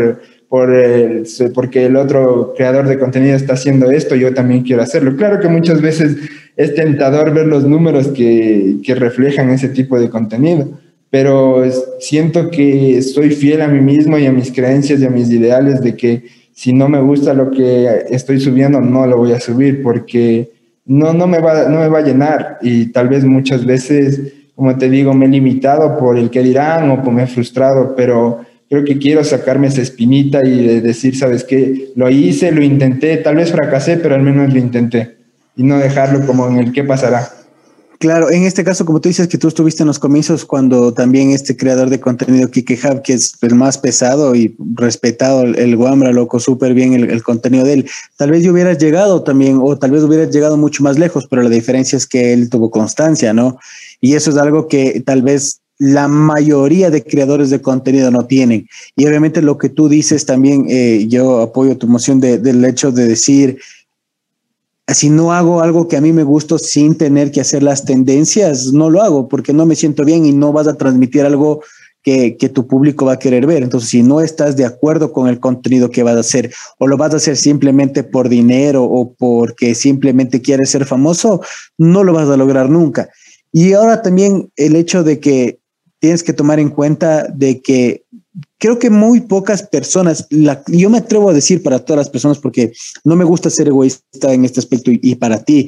porque el otro creador de contenido está haciendo esto, yo también quiero hacerlo. Claro que muchas veces es tentador ver los números que reflejan ese tipo de contenido, pero siento que soy fiel a mí mismo y a mis creencias y a mis ideales de que si no me gusta lo que estoy subiendo, no lo voy a subir porque no me va a llenar. Y tal vez muchas veces, como te digo, me he limitado por el que dirán o me he frustrado, pero creo que quiero sacarme esa espinita y decir, ¿sabes qué? Lo hice, lo intenté, tal vez fracasé, pero al menos lo intenté. Y no dejarlo como en el qué pasará. Claro, en este caso, como tú dices que tú estuviste en los comienzos cuando también este creador de contenido, Kike Hub, que es el más pesado y respetado, el Wambra, loco, súper bien el contenido de él. Tal vez yo hubieras llegado también, o tal vez hubieras llegado mucho más lejos, pero la diferencia es que él tuvo constancia, ¿no? Y eso es algo que tal vez la mayoría de creadores de contenido no tienen. Y obviamente lo que tú dices también, yo apoyo tu moción del hecho de decir... si no hago algo que a mí me gusta sin tener que hacer las tendencias, no lo hago porque no me siento bien y no vas a transmitir algo que tu público va a querer ver. Entonces, si no estás de acuerdo con el contenido que vas a hacer o lo vas a hacer simplemente por dinero o porque simplemente quieres ser famoso, no lo vas a lograr nunca. Y ahora también el hecho de que tienes que tomar en cuenta de que creo que muy pocas personas, yo me atrevo a decir para todas las personas porque no me gusta ser egoísta en este aspecto y para ti,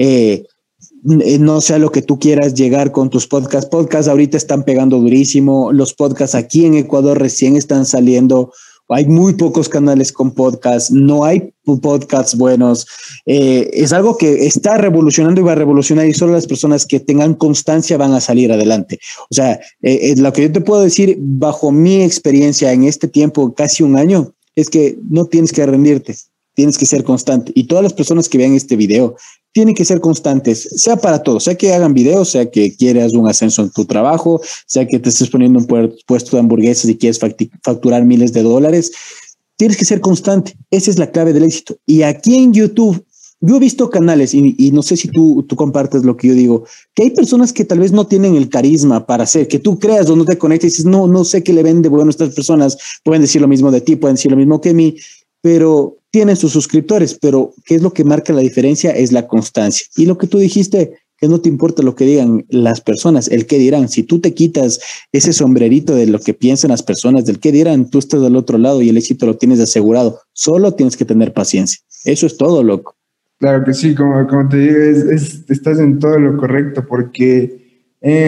no sé a lo que tú quieras llegar con tus podcasts. Podcasts ahorita están pegando durísimo. Los podcasts aquí en Ecuador recién están saliendo. Hay muy pocos canales con podcasts. No hay podcasts buenos. Es algo que está revolucionando y va a revolucionar y solo las personas que tengan constancia van a salir adelante. O sea, lo que yo te puedo decir bajo mi experiencia en este tiempo, casi un año, es que no tienes que rendirte. Tienes que ser constante. Y todas las personas que vean este video tienen que ser constantes, sea para todo, sea que hagan videos, sea que quieras un ascenso en tu trabajo, sea que te estés poniendo un puesto de hamburguesas y quieres facturar miles de dólares. Tienes que ser constante. Esa es la clave del éxito. Y aquí en YouTube, yo he visto canales, y no sé si tú compartes lo que yo digo, que hay personas que tal vez no tienen el carisma para hacer, que tú creas o no te conectes y dices, no sé qué le vende bueno a estas personas. Pueden decir lo mismo de ti, pueden decir lo mismo que mí, pero tienen sus suscriptores, pero ¿qué es lo que marca la diferencia? Es la constancia. Y lo que tú dijiste, que no te importa lo que digan las personas, el qué dirán. Si tú te quitas ese sombrerito de lo que piensan las personas, del qué dirán, tú estás del otro lado y el éxito lo tienes asegurado. Solo tienes que tener paciencia. Eso es todo, loco. Claro que sí, como te digo, estás en todo lo correcto, porque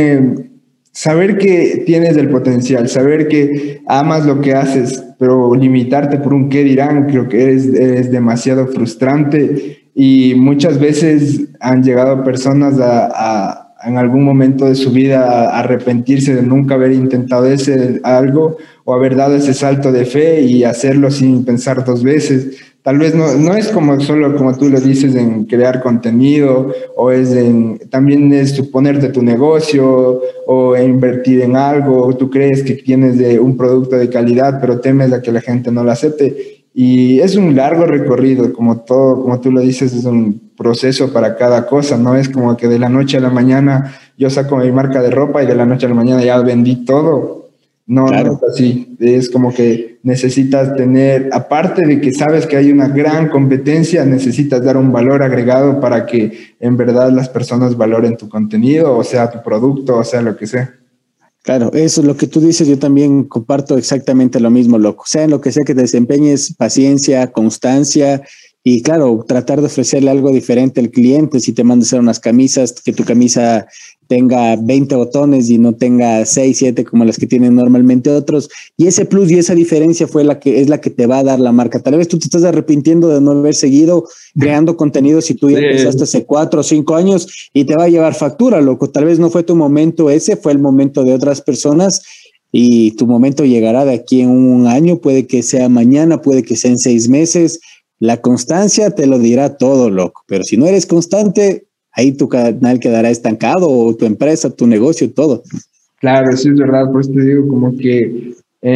saber que tienes el potencial, saber que amas lo que haces, pero limitarte por un qué dirán, creo que eres demasiado frustrante. Y muchas veces han llegado personas en algún momento de su vida a arrepentirse de nunca haber intentado algo o haber dado ese salto de fe y hacerlo sin pensar dos veces. Tal vez no es como solo como tú lo dices en crear contenido o también es suponerte tu negocio o invertir en algo. Tú crees que tienes un producto de calidad, pero temes a que la gente no lo acepte. Y es un largo recorrido, como tú lo dices, es un proceso para cada cosa. No es como que de la noche a la mañana yo saco mi marca de ropa y de la noche a la mañana ya vendí todo. No, claro. No es así. Es como que necesitas tener, aparte de que sabes que hay una gran competencia, necesitas dar un valor agregado para que en verdad las personas valoren tu contenido, o sea, tu producto, o sea, lo que sea. Claro, eso es lo que tú dices, yo también comparto exactamente lo mismo, loco. Sea en lo que sea que te desempeñes, paciencia, constancia y claro, tratar de ofrecerle algo diferente al cliente. Si te manda a hacer unas camisas, que tu camisa tenga 20 botones y no tenga 6, 7 como las que tienen normalmente otros. Y ese plus y esa diferencia es la que te va a dar la marca. Tal vez tú te estás arrepintiendo de no haber seguido creando contenido si tú ya empezaste hace 4 o 5 años y te va a llevar factura, loco. Tal vez no fue tu momento ese, fue el momento de otras personas y tu momento llegará de aquí en un año, puede que sea mañana, puede que sea en 6 meses. La constancia te lo dirá todo, loco. Pero si no eres constante, ahí tu canal quedará estancado o tu empresa, tu negocio, todo. Claro, sí es verdad, pues te digo como que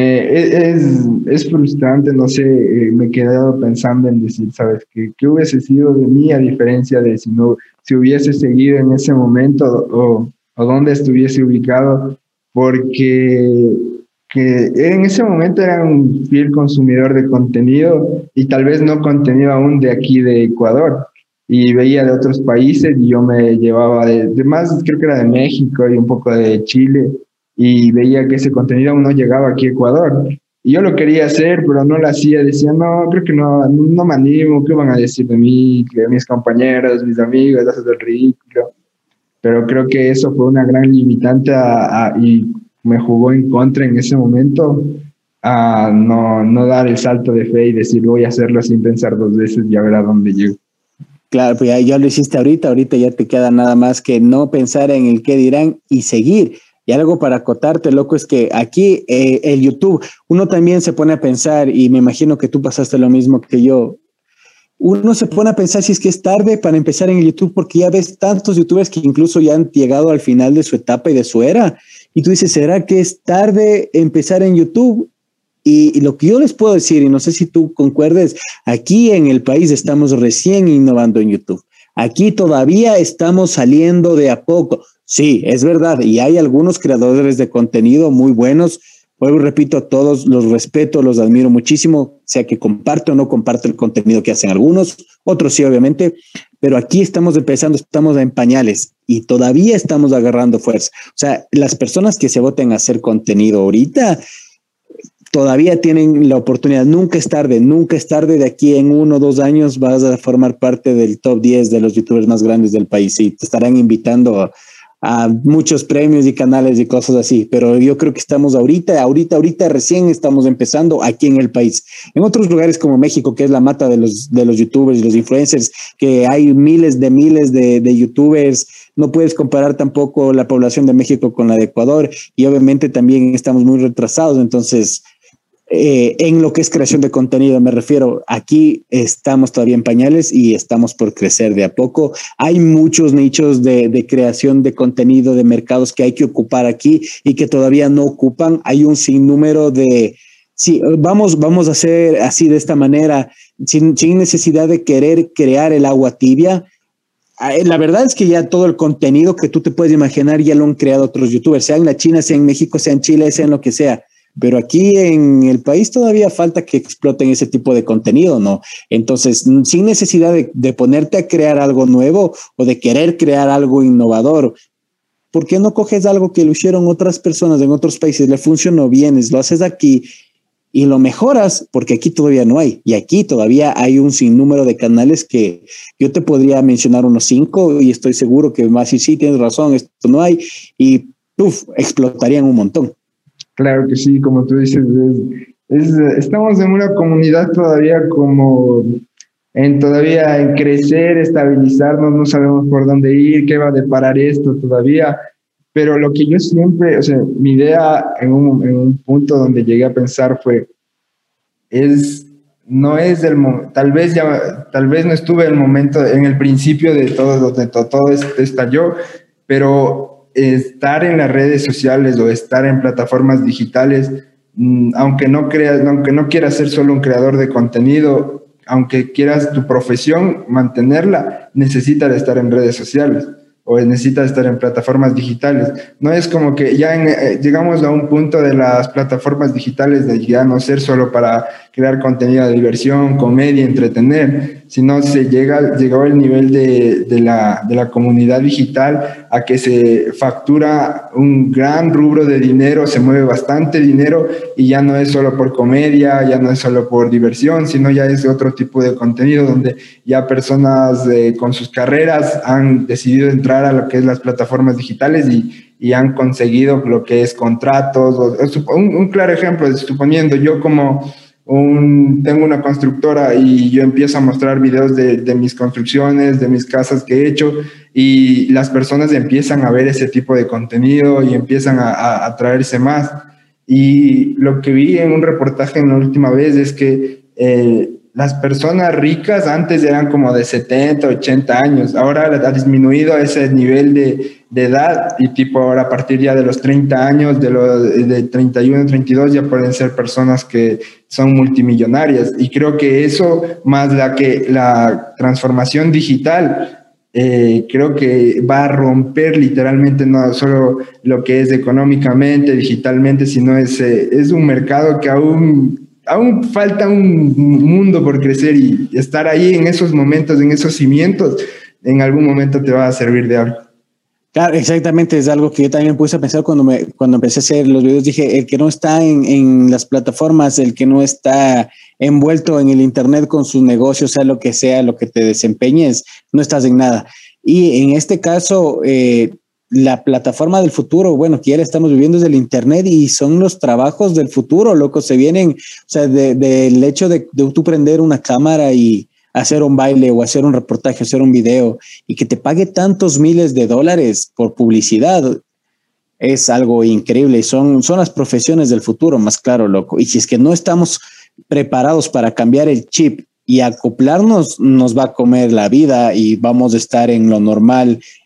es frustrante, no sé, me he quedado pensando en decir, ¿sabes? ¿Qué hubiese sido de mí a diferencia de si hubiese seguido en ese momento o dónde estuviese ubicado? Porque que en ese momento era un fiel consumidor de contenido y tal vez no contenido aún de aquí de Ecuador. Y veía de otros países y yo me llevaba de más, creo que era de México y un poco de Chile, y veía que ese contenido aún no llegaba aquí a Ecuador. Y yo lo quería hacer, pero no lo hacía. Decía, no, creo que no me animo, ¿qué van a decir de mí? Que mis compañeros, mis amigos, haces el ridículo. Pero creo que eso fue una gran limitante y me jugó en contra en ese momento a no dar el salto de fe y decir, voy a hacerlo sin pensar dos veces y a ver a dónde llego. Claro, pues ya lo hiciste ahorita ya te queda nada más que no pensar en el qué dirán y seguir. Y algo para acotarte, loco, es que aquí el YouTube, uno también se pone a pensar, y me imagino que tú pasaste lo mismo que yo, uno se pone a pensar si es que es tarde para empezar en el YouTube, porque ya ves tantos youtubers que incluso ya han llegado al final de su etapa y de su era, y tú dices, ¿será que es tarde empezar en YouTube? Y lo que yo les puedo decir, y no sé si tú concuerdes, aquí en el país estamos recién innovando en YouTube. Aquí todavía estamos saliendo de a poco. Sí, es verdad, y hay algunos creadores de contenido muy buenos. Vuelvo y repito, a todos los respeto, los admiro muchísimo, sea que comparto o no comparto el contenido que hacen algunos, otros sí, obviamente, pero aquí estamos empezando, estamos en pañales y todavía estamos agarrando fuerza. O sea, las personas que se voten a hacer contenido ahorita todavía tienen la oportunidad. Nunca es tarde, nunca es tarde. De aquí en 1 o 2 años vas a formar parte del top 10 de los youtubers más grandes del país y te estarán invitando a muchos premios y canales y cosas así, pero yo creo que estamos ahorita recién estamos empezando aquí en el país. En otros lugares como México, que es la mata de los youtubers y los influencers, que hay miles de youtubers, no puedes comparar tampoco la población de México con la de Ecuador, y obviamente también estamos muy retrasados. Entonces, en lo que es creación de contenido, me refiero, aquí estamos todavía en pañales y estamos por crecer de a poco. Hay muchos nichos de creación de contenido, de mercados que hay que ocupar aquí y que todavía no ocupan. Hay un sinnúmero de... Sí, vamos a hacer así de esta manera, sin necesidad de querer crear el agua tibia. La verdad es que ya todo el contenido que tú te puedes imaginar ya lo han creado otros youtubers, sea en la China, sea en México, sea en Chile, sea en lo que sea. Pero aquí en el país todavía falta que exploten ese tipo de contenido, ¿no? Entonces, sin necesidad de ponerte a crear algo nuevo o de querer crear algo innovador, ¿por qué no coges algo que lo hicieron otras personas en otros países, le funcionó bien, lo haces aquí y lo mejoras? Porque aquí todavía no hay, y aquí todavía hay un sinnúmero de canales que yo te podría mencionar unos 5 y estoy seguro que más, y sí, tienes razón, esto no hay, y explotarían un montón. Claro que sí, como tú dices, estamos en una comunidad todavía todavía en crecer, estabilizarnos, no sabemos por dónde ir, qué va a deparar esto todavía, pero lo que yo siempre, o sea, mi idea en un punto donde llegué a pensar fue, no es tal vez no estuve en el principio de todo esto estalló, pero estar en las redes sociales o estar en plataformas digitales, aunque no quieras ser solo un creador de contenido, aunque quieras tu profesión mantenerla, necesitas estar en redes sociales o necesitas estar en plataformas digitales. No es como que ya llegamos a un punto de las plataformas digitales de ya no ser solo para crear contenido de diversión, comedia, entretener, sino llegó el nivel de la comunidad digital a que se factura un gran rubro de dinero, se mueve bastante dinero y ya no es solo por comedia, ya no es solo por diversión, sino ya es otro tipo de contenido donde ya personas con sus carreras han decidido entrar a lo que es las plataformas digitales y han conseguido lo que es contratos. Un claro ejemplo, suponiendo yo tengo una constructora y yo empiezo a mostrar videos de mis construcciones, de mis casas que he hecho, y las personas empiezan a ver ese tipo de contenido y empiezan a atraerse más. Y lo que vi en un reportaje en la última vez es que las personas ricas antes eran como de 70, 80 años, ahora ha disminuido ese nivel de edad y ahora a partir ya de los 30 años, de 31, 32 ya pueden ser personas que son multimillonarias, y creo que eso más la transformación digital creo que va a romper literalmente no solo lo que es económicamente, digitalmente, sino es un mercado que aún falta un mundo por crecer, y estar ahí en esos momentos, en esos cimientos, en algún momento te va a servir de algo. Claro, exactamente, es algo que yo también puse a pensar cuando empecé a hacer los videos. Dije, el que no está en las plataformas, el que no está envuelto en el internet con sus negocios, sea lo que te desempeñes, no estás en nada. Y en este caso, la plataforma del futuro, bueno, que ya la estamos viviendo, es el internet, y son los trabajos del futuro, loco, se vienen, o sea, del hecho de tú prender una cámara y hacer un baile o hacer un reportaje, hacer un video y que te pague tantos miles de dólares por publicidad, es algo increíble. Son las profesiones del futuro, más claro, loco. Y si es que no estamos preparados para cambiar el chip y acoplarnos, nos va a comer la vida y vamos a estar en lo normal,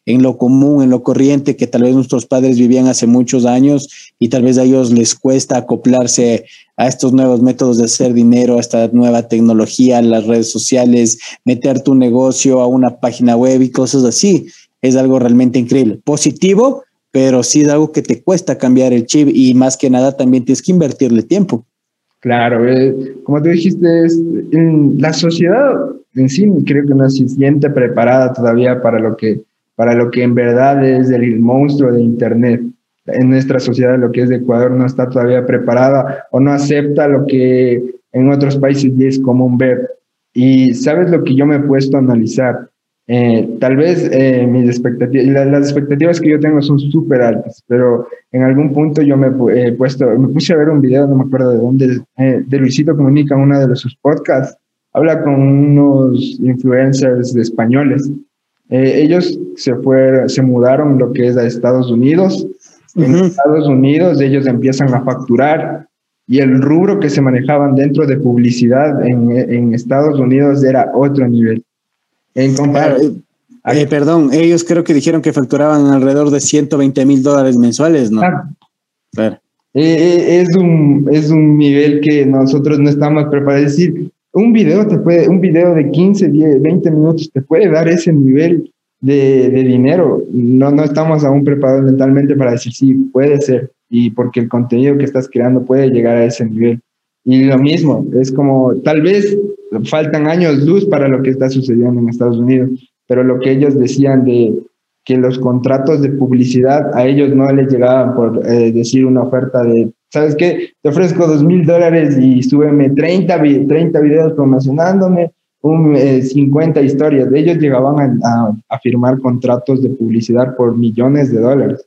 en lo común, en lo corriente, que tal vez nuestros padres vivían hace muchos años y tal vez a ellos les cuesta acoplarse a estos nuevos métodos de hacer dinero, a esta nueva tecnología, las redes sociales, meter tu negocio a una página web y cosas así. Es algo realmente increíble. Positivo, pero sí es algo que te cuesta cambiar el chip y más que nada también tienes que invertirle tiempo. Claro, como tú dijiste, la sociedad en sí creo que no se siente preparada todavía para lo que en verdad es el monstruo de Internet. En nuestra sociedad, lo que es de Ecuador, no está todavía preparada o no acepta lo que en otros países ya es común ver. Y ¿sabes lo que yo me he puesto a analizar? Tal vez mis expectativas, las expectativas que yo tengo son súper altas, pero en algún punto yo me puse a ver un video, no me acuerdo de dónde, de Luisito Comunica, uno de sus podcasts, habla con unos influencers españoles. Ellos se mudaron lo que es a Estados Unidos. En Estados Unidos ellos empiezan a facturar y el rubro que se manejaban dentro de publicidad en Estados Unidos era otro nivel. Perdón, ellos creo que dijeron que facturaban alrededor de $120,000 mensuales, ¿no? Claro. Es un nivel que nosotros no estamos preparados. Es decir, un video de 15, 10, 20 minutos te puede dar ese nivel de dinero. No estamos aún preparados mentalmente para decir sí, puede ser, y porque el contenido que estás creando puede llegar a ese nivel. Y lo mismo, es como, tal vez faltan años luz para lo que está sucediendo en Estados Unidos, pero lo que ellos decían de que los contratos de publicidad a ellos no les llegaban por decir una oferta de, ¿sabes qué? Te ofrezco $2,000 y súbeme 30 videos promocionándome, 50 historias. Ellos llegaban a firmar contratos de publicidad por millones de dólares.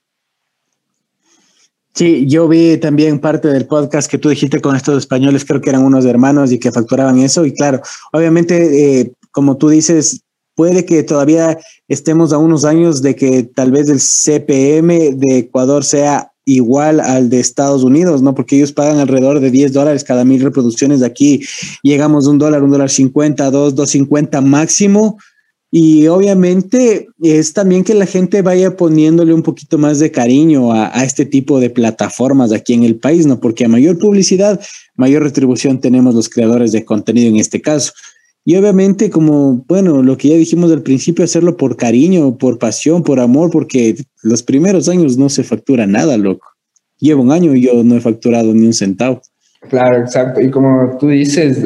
Sí, yo vi también parte del podcast que tú dijiste con estos españoles, creo que eran unos hermanos y que facturaban eso. Y claro, obviamente, como tú dices, puede que todavía estemos a unos años de que tal vez el CPM de Ecuador sea igual al de Estados Unidos, ¿no? Porque ellos pagan alrededor de $10 cada 1,000 reproducciones. De aquí llegamos a $1, $1.50, $2.50 máximo. Y obviamente es también que la gente vaya poniéndole un poquito más de cariño a este tipo de plataformas aquí en el país, ¿no? Porque a mayor publicidad, mayor retribución tenemos los creadores de contenido en este caso. Y obviamente, como, bueno, lo que ya dijimos al principio, hacerlo por cariño, por pasión, por amor, porque los primeros años no se factura nada, loco. Llevo un año y yo no he facturado ni un centavo. Claro, exacto. Y como tú dices,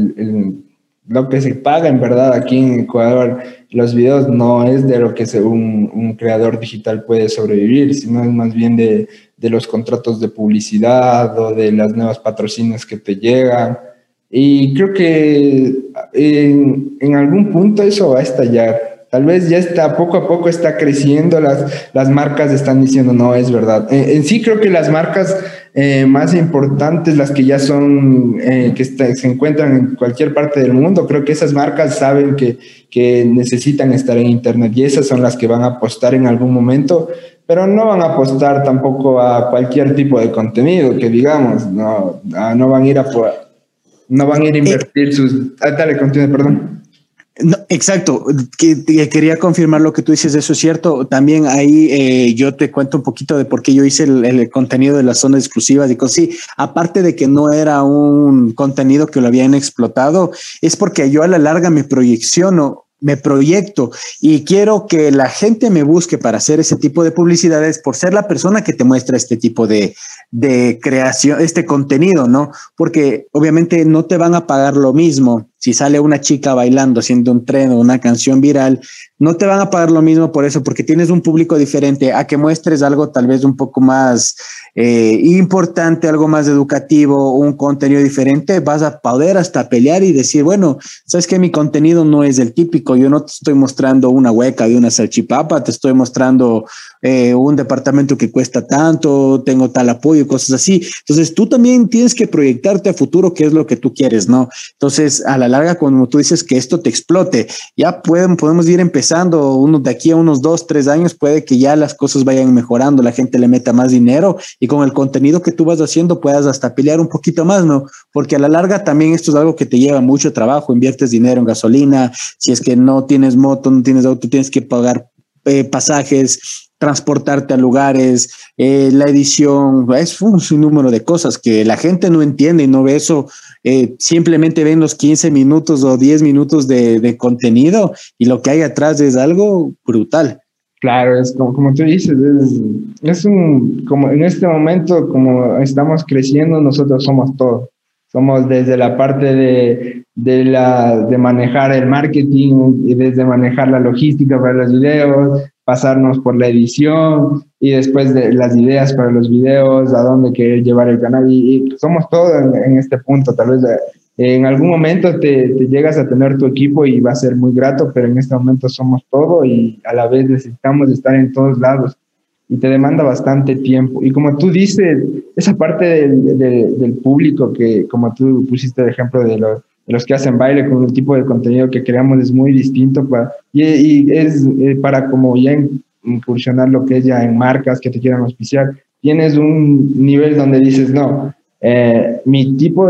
lo que se paga en verdad aquí en Ecuador, los videos no es de lo que un creador digital puede sobrevivir, sino es más bien de los contratos de publicidad o de las nuevas patrocinios que te llegan. Y creo que en algún punto eso va a estallar. Tal vez ya está, poco a poco está creciendo, las marcas están diciendo, no, es verdad. En sí creo que las marcas más importantes, las que ya son, se encuentran en cualquier parte del mundo, creo que esas marcas saben que necesitan estar en Internet y esas son las que van a apostar en algún momento, pero no van a apostar tampoco a cualquier tipo de contenido, que digamos, no van a ir no van a ir a invertir sus... dale, continúe, perdón. No, exacto, que quería confirmar lo que tú dices, eso es cierto. También ahí yo te cuento un poquito de por qué yo hice el contenido de las zonas exclusivas y cosas así. Aparte de que no era un contenido que lo habían explotado, es porque yo a la larga me proyecto y quiero que la gente me busque para hacer ese tipo de publicidades por ser la persona que te muestra este tipo de creación, este contenido, ¿no? Porque obviamente no te van a pagar lo mismo si sale una chica bailando, haciendo un tren o una canción viral, no te van a pagar lo mismo por eso, porque tienes un público diferente a que muestres algo tal vez un poco más importante, algo más educativo, un contenido diferente. Vas a poder hasta pelear y decir, bueno, sabes que mi contenido no es el típico, yo no te estoy mostrando una hueca de una salchipapa, te estoy mostrando un departamento que cuesta tanto, tengo tal apoyo, cosas así. Entonces tú también tienes que proyectarte a futuro qué es lo que tú quieres, ¿no? Entonces a la larga, como tú dices, que esto te explote, ya podemos ir empezando de aquí a unos 2, 3 años, puede que ya las cosas vayan mejorando, la gente le meta más dinero y con el contenido que tú vas haciendo puedas hasta pelear un poquito más, ¿no? Porque a la larga también esto es algo que te lleva mucho trabajo, inviertes dinero en gasolina, si es que no tienes moto, no tienes auto, tienes que pagar pasajes, transportarte a lugares, la edición, es un sinnúmero de cosas que la gente no entiende y no ve eso, simplemente ven los 15 minutos o 10 minutos de contenido y lo que hay atrás es algo brutal. Claro, es como tú dices, como en este momento, como estamos creciendo, nosotros somos todo. Somos desde la parte de manejar el marketing y desde manejar la logística para los videos, pasarnos por la edición y después de las ideas para los videos, a dónde querer llevar el canal y somos todo en este punto. Tal vez en algún momento te llegas a tener tu equipo y va a ser muy grato, pero en este momento somos todo y a la vez necesitamos estar en todos lados y te demanda bastante tiempo. Y como tú dices, esa parte del público que, como tú pusiste el ejemplo de los que hacen baile, con el tipo de contenido que creamos es muy distinto y es para como ya incursionar lo que es ya en marcas que te quieran auspiciar. Tienes un nivel donde dices, no, mi tipo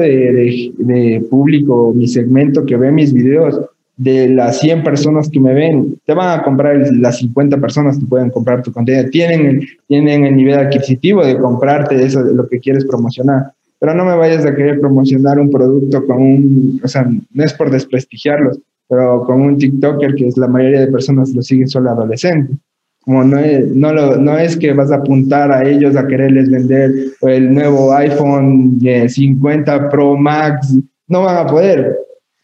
de público, mi segmento que ve mis videos, de las 100 personas que me ven, te van a comprar las 50 personas que pueden comprar tu contenido. Tienen el nivel adquisitivo de comprarte eso, de lo que quieres promocionar. Pero no me vayas a querer promocionar un producto o sea, no es por desprestigiarlos, pero con un TikToker que es la mayoría de personas lo siguen solo adolescentes. Como no es que vas a apuntar a ellos a quererles vender el nuevo iPhone 50 Pro Max, no van a poder.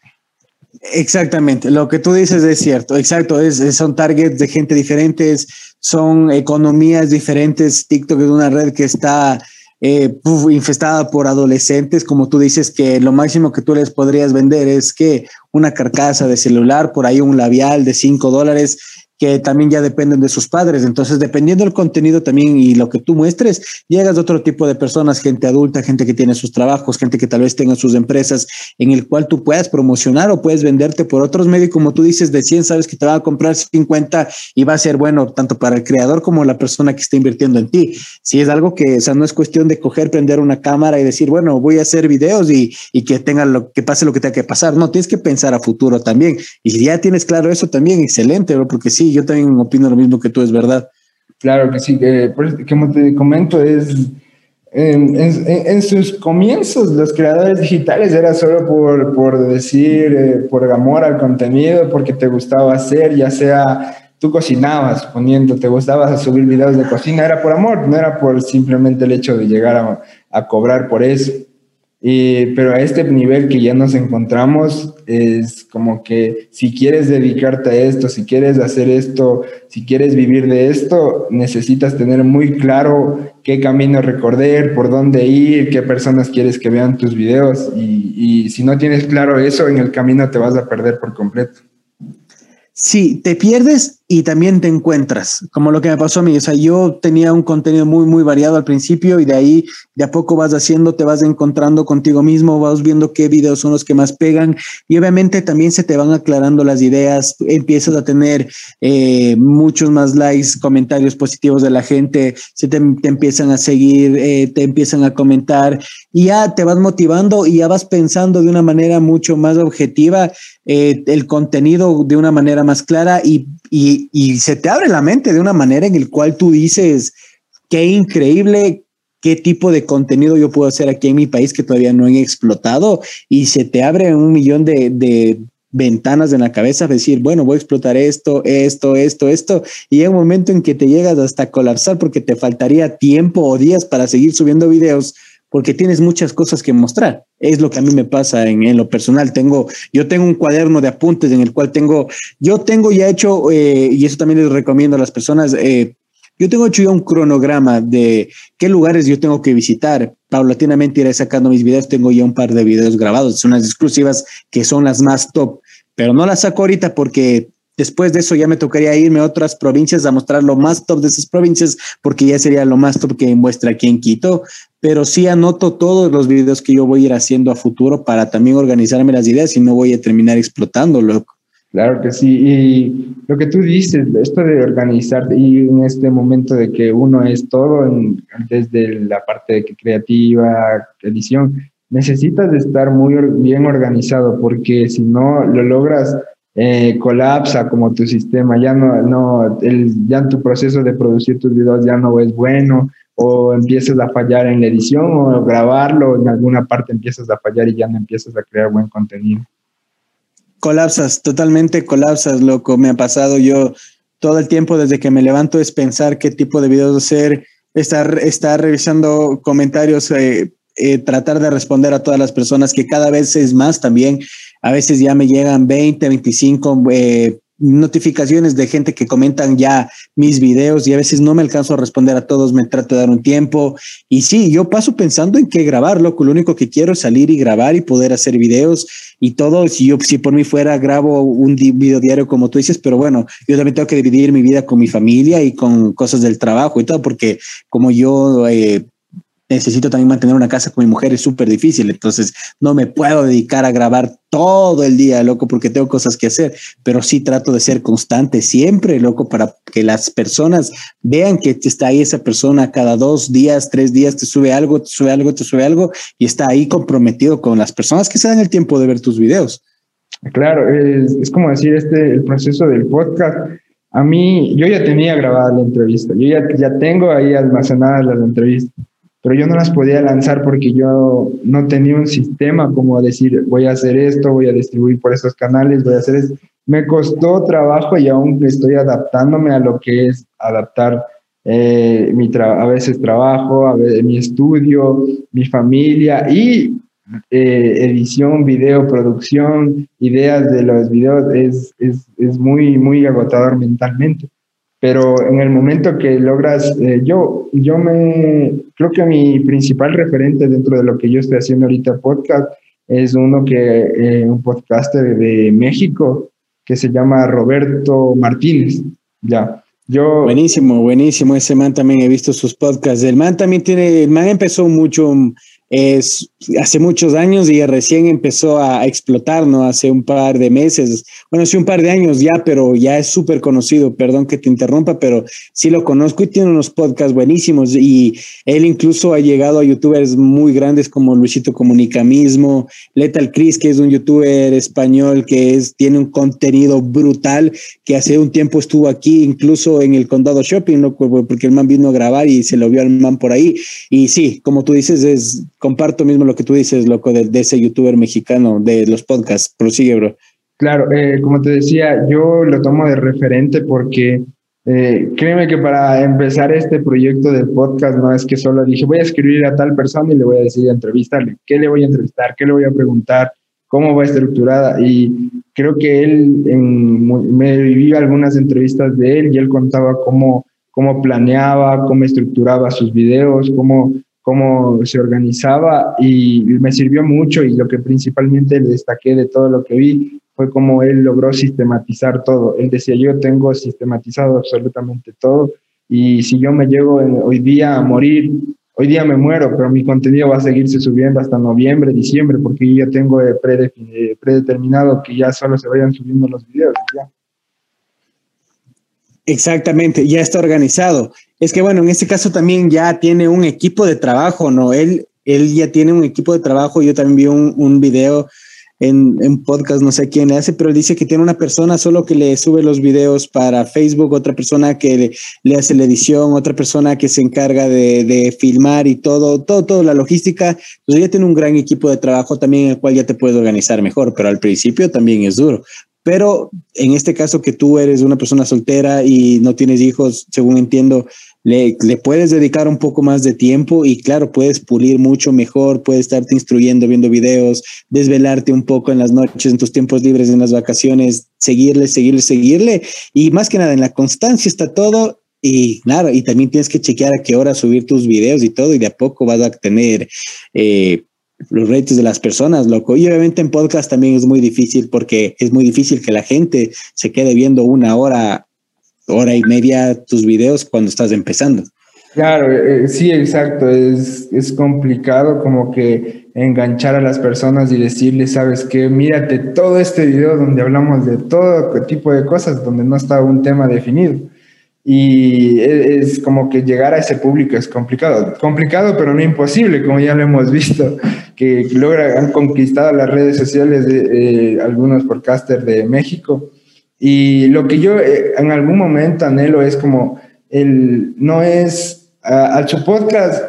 Exactamente, lo que tú dices es cierto, exacto, son targets de gente diferentes, son economías diferentes. TikTok es una red que está infestada por adolescentes, como tú dices, que lo máximo que tú les podrías vender es que una carcasa de celular, por ahí un labial de $5, que también ya dependen de sus padres. Entonces, dependiendo del contenido también y lo que tú muestres, llegas a otro tipo de personas, gente adulta, gente que tiene sus trabajos, gente que tal vez tenga sus empresas, en el cual tú puedas promocionar o puedes venderte por otros medios. Como tú dices, de 100 sabes que te va a comprar 50 y va a ser bueno tanto para el creador como la persona que está invirtiendo en ti. Si es algo que, o sea, no es cuestión de coger, prender una cámara y decir, bueno, voy a hacer videos y que que pase lo que tenga que pasar. No, tienes que pensar a futuro también. Y si ya tienes claro eso también, excelente, bro, porque sí, yo también opino lo mismo que tú, es verdad. Claro que sí, como te comento, en sus comienzos los creadores digitales era solo por decir, por amor al contenido, porque te gustaba hacer, ya sea tú cocinabas, te gustaba subir videos de cocina, era por amor, no era por simplemente el hecho de llegar a cobrar por eso. Pero a este nivel que ya nos encontramos es como que si quieres dedicarte a esto, si quieres hacer esto, si quieres vivir de esto, necesitas tener muy claro qué camino recorrer, por dónde ir, qué personas quieres que vean tus videos y si no tienes claro eso, en el camino te vas a perder por completo. Sí, te pierdes y también te encuentras, como lo que me pasó a mí. O sea, yo tenía un contenido muy, muy variado al principio y de ahí de a poco vas haciendo, te vas encontrando contigo mismo, vas viendo qué videos son los que más pegan y obviamente también se te van aclarando las ideas, empiezas a tener muchos más likes, comentarios positivos de la gente, te empiezan a seguir, te empiezan a comentar y ya te vas motivando y ya vas pensando de una manera mucho más objetiva el contenido de una manera más clara y se te abre la mente de una manera en el cual tú dices, qué increíble, qué tipo de contenido yo puedo hacer aquí en mi país que todavía no he explotado y se te abre un millón de ventanas en la cabeza, decir, bueno, voy a explotar esto, y hay un momento en que te llegas hasta a colapsar porque te faltaría tiempo o días para seguir subiendo videos porque tienes muchas cosas que mostrar. Es lo que a mí me pasa en lo personal. Yo tengo un cuaderno de apuntes en el cual yo tengo ya hecho, y eso también les recomiendo a las personas, yo tengo hecho ya un cronograma de qué lugares yo tengo que visitar. Paulatinamente iré sacando mis videos. Tengo ya un par de videos grabados, son unas exclusivas que son las más top, pero no las saco ahorita porque después de eso ya me tocaría irme a otras provincias a mostrar lo más top de esas provincias porque ya sería lo más top que muestra aquí en Quito. Pero sí anoto todos los videos que yo voy a ir haciendo a futuro para también organizarme las ideas y no voy a terminar explotando, loco. Claro que sí, y lo que tú dices, esto de organizarte y en este momento de que uno es todo, desde la parte de creativa, edición, necesitas de estar muy bien organizado porque si no lo logras, colapsa como tu sistema, ya tu proceso de producir tus videos ya no es bueno, o empiezas a fallar en la edición, o grabarlo, en alguna parte empiezas a fallar y ya no empiezas a crear buen contenido. Colapsas, totalmente colapsas, loco. Me ha pasado yo todo el tiempo desde que me levanto es pensar qué tipo de videos hacer, estar revisando comentarios, tratar de responder a todas las personas, que cada vez es más también. A veces ya me llegan 20, 25 notificaciones de gente que comentan ya mis videos y a veces no me alcanzo a responder a todos, me trato de dar un tiempo. Y sí, yo paso pensando en qué grabar, loco. Lo único que quiero es salir y grabar y poder hacer videos y todo. Si por mí fuera, grabo un video diario como tú dices, pero bueno, yo también tengo que dividir mi vida con mi familia y con cosas del trabajo y todo, porque como yo necesito también mantener una casa con mi mujer, es súper difícil, entonces no me puedo dedicar a grabar todo el día, loco, porque tengo cosas que hacer, pero sí trato de ser constante siempre, loco, para que las personas vean que está ahí esa persona cada 2 días, 3 días, te sube algo y está ahí comprometido con las personas que se dan el tiempo de ver tus videos. Claro, es como decir, el proceso del podcast. A mí, yo ya tenía grabada la entrevista, yo ya tengo ahí almacenadas las entrevistas, pero yo no las podía lanzar porque yo no tenía un sistema como decir, voy a hacer esto, voy a distribuir por estos canales, voy a hacer esto. Me costó trabajo y aún estoy adaptándome a lo que es adaptar a veces trabajo, a veces mi estudio, mi familia y edición, video, producción, ideas de los videos, es muy, muy agotador mentalmente. Pero en el momento que logras, creo que mi principal referente dentro de lo que yo estoy haciendo ahorita podcast es un podcaster de México que se llama Roberto Martínez. Ya. Buenísimo, ese man también he visto sus podcasts. El man empezó mucho, hace muchos años y recién empezó a explotar, ¿no? Hace un par de meses, bueno, hace un par de años ya, pero ya es súper conocido, perdón que te interrumpa, pero sí lo conozco y tiene unos podcasts buenísimos y él incluso ha llegado a youtubers muy grandes como Luisito Comunica mismo, Lethal Chris, que es un youtuber español que tiene un contenido brutal, que hace un tiempo estuvo aquí, incluso en el Condado Shopping, ¿no? Porque el man vino a grabar y se lo vio al man por ahí. Y sí, como tú dices, comparto mismo lo que tú dices, loco, de ese youtuber mexicano de los podcasts. Prosigue, bro. Claro, como te decía, yo lo tomo de referente porque créeme que para empezar este proyecto del podcast no es que solo dije voy a escribir a tal persona y le voy a decir entrevistarle. ¿Qué le voy a entrevistar? ¿Qué le voy a preguntar? ¿Cómo va estructurada? Y creo que me viví algunas entrevistas de él y él contaba cómo planeaba, cómo estructuraba sus videos, cómo se organizaba y me sirvió mucho y lo que principalmente le destaqué de todo lo que vi fue cómo él logró sistematizar todo. Él decía, yo tengo sistematizado absolutamente todo y si yo me llego hoy día a morir, hoy día me muero, pero mi contenido va a seguirse subiendo hasta noviembre, diciembre, porque yo ya tengo predeterminado que ya solo se vayan subiendo los videos. Ya. Exactamente, ya está organizado. Es que bueno, en este caso también ya tiene un equipo de trabajo, ¿no? Él ya tiene un equipo de trabajo. Yo también vi un video en podcast, no sé quién le hace, pero él dice que tiene una persona solo que le sube los videos para Facebook, otra persona que le hace la edición, otra persona que se encarga de filmar y todo, la logística. Entonces ya tiene un gran equipo de trabajo también en el cual ya te puedes organizar mejor, pero al principio también es duro. Pero en este caso que tú eres una persona soltera y no tienes hijos, según entiendo, le puedes dedicar un poco más de tiempo y claro, puedes pulir mucho mejor, puedes estarte instruyendo, viendo videos, desvelarte un poco en las noches, en tus tiempos libres, en las vacaciones, seguirle y más que nada en la constancia está todo. Y claro, y también tienes que chequear a qué hora subir tus videos y todo y de a poco vas a tener los rates de las personas, loco. Y obviamente en podcast también es muy difícil porque es muy difícil que la gente se quede viendo 1 hora y media tus videos cuando estás empezando. Claro, sí, exacto. Es complicado como que enganchar a las personas y decirles, ¿sabes qué? Mírate todo este video donde hablamos de todo tipo de cosas, donde no está un tema definido. Y es como que llegar a ese público es complicado, pero no imposible, como ya lo hemos visto, que han conquistado las redes sociales de algunos podcasters de México. Y lo que yo en algún momento anhelo es como no es al su podcast,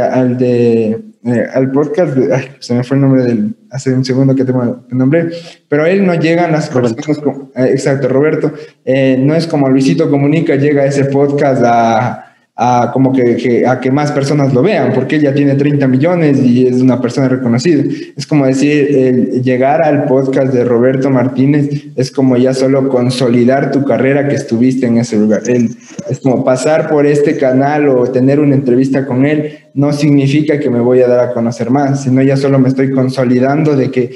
al podcast, se me fue el nombre hace un segundo que te nombré, pero él no llegan las personas, exacto, Roberto, no es como Luisito Comunica, llega a ese podcast a como a que más personas lo vean, porque él ya tiene 30 millones y es una persona reconocida. Es como decir, llegar al podcast de Roberto Martínez es como ya solo consolidar tu carrera que estuviste en ese lugar. Es como pasar por este canal o tener una entrevista con él, no significa que me voy a dar a conocer más, sino ya solo me estoy consolidando de que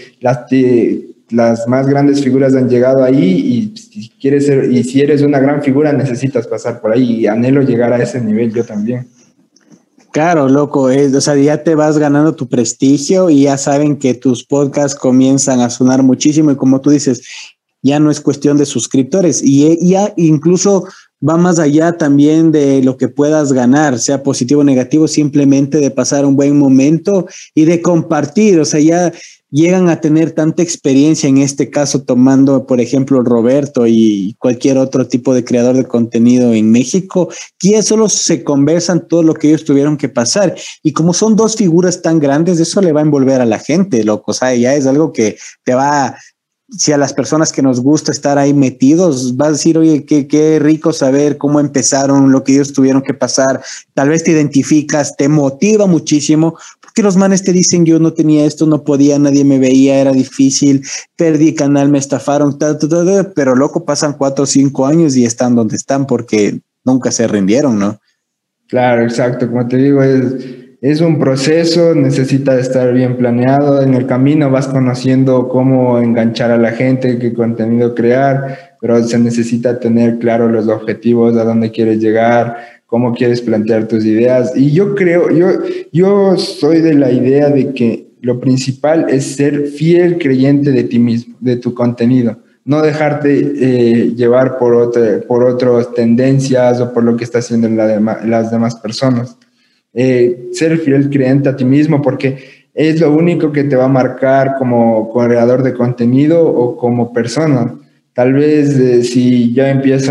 las más grandes figuras han llegado ahí y si eres una gran figura necesitas pasar por ahí y anhelo llegar a ese nivel yo también. Claro, loco, o sea, ya te vas ganando tu prestigio y ya saben que tus podcasts comienzan a sonar muchísimo y como tú dices, ya no es cuestión de suscriptores y ya incluso va más allá también de lo que puedas ganar, sea positivo o negativo, simplemente de pasar un buen momento y de compartir, o sea, ya llegan a tener tanta experiencia, en este caso tomando, por ejemplo, Roberto y cualquier otro tipo de creador de contenido en México, que ya solo se conversan todo lo que ellos tuvieron que pasar. Y como son dos figuras tan grandes, eso le va a envolver a la gente, loco. O sea, ya es algo que te va, si a las personas que nos gusta estar ahí metidos, vas a decir, oye, qué rico saber cómo empezaron, lo que ellos tuvieron que pasar. Tal vez te identificas, te motiva muchísimo, porque los manes te dicen, yo no tenía esto, no podía, nadie me veía, era difícil, perdí canal, me estafaron, pero loco, pasan 4 o 5 años y están donde están porque nunca se rindieron, ¿no? Claro, exacto. Como te digo, es un proceso, necesita estar bien planeado. En el camino vas conociendo cómo enganchar a la gente, qué contenido crear, pero se necesita tener claro los objetivos, a dónde quieres llegar, cómo quieres plantear tus ideas. Y yo creo, yo soy de la idea de que lo principal es ser fiel creyente de ti mismo, de tu contenido. No dejarte llevar por otras tendencias o por lo que está haciendo las demás personas. Ser fiel creyente a ti mismo, porque es lo único que te va a marcar como creador de contenido o como persona. Tal vez si yo empiezo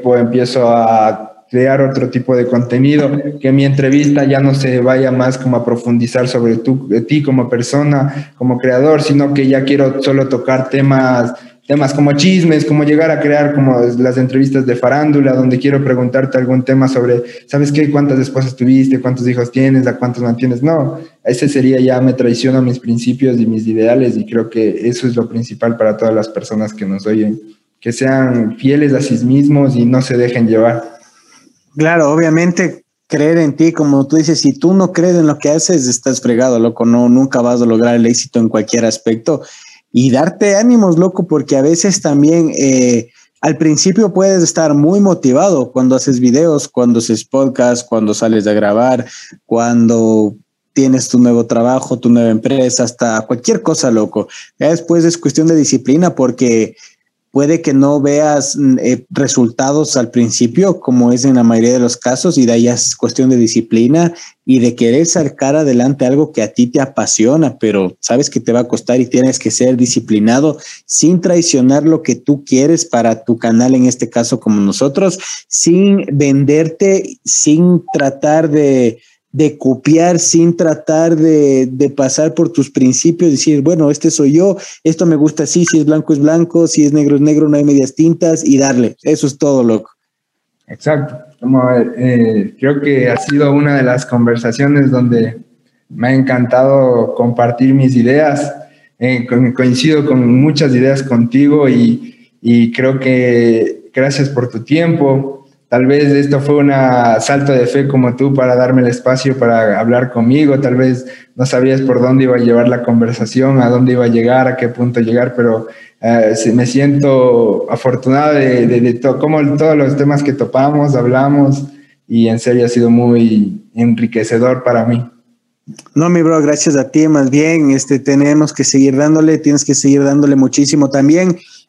a crear otro tipo de contenido, que mi entrevista ya no se vaya más como a profundizar sobre ti como persona, como creador, sino que ya quiero solo tocar temas como chismes, como llegar a crear como las entrevistas de farándula, donde quiero preguntarte algún tema sobre, ¿sabes qué? ¿Cuántas esposas tuviste? ¿Cuántos hijos tienes? ¿A cuántos mantienes? No, ese sería ya, me traiciono mis principios y mis ideales, y creo que eso es lo principal para todas las personas que nos oyen, que sean fieles a sí mismos y no se dejen llevar. Claro, obviamente creer en ti, como tú dices, si tú no crees en lo que haces, estás fregado, loco, no, nunca vas a lograr el éxito en cualquier aspecto. Y darte ánimos, loco, porque a veces también al principio puedes estar muy motivado cuando haces videos, cuando haces podcast, cuando sales a grabar, cuando tienes tu nuevo trabajo, tu nueva empresa, hasta cualquier cosa, loco. Ya después es cuestión de disciplina, porque puede que no veas resultados al principio, como es en la mayoría de los casos, y de ahí es cuestión de disciplina y de querer sacar adelante algo que a ti te apasiona, pero sabes que te va a costar y tienes que ser disciplinado sin traicionar lo que tú quieres para tu canal, en este caso como nosotros, sin venderte, sin tratar de copiar, sin tratar de pasar por tus principios, decir, bueno, este soy yo, esto me gusta así, si es blanco, si es negro, no hay medias tintas, y darle. Eso es todo, loco. Exacto. Creo que ha sido una de las conversaciones donde me ha encantado compartir mis ideas. Coincido con muchas ideas contigo y creo que gracias por tu tiempo. Tal vez esto fue un salto de fe como tú para darme el espacio para hablar conmigo. Tal vez no sabías por dónde iba a llevar la conversación, a dónde iba a llegar, a qué punto llegar, pero me siento afortunado de como todos los temas que topamos, hablamos, y en serio ha sido muy enriquecedor para mí. No, mi bro, gracias a ti, más bien, tenemos que seguir dándole, tienes que seguir dándole muchísimo también.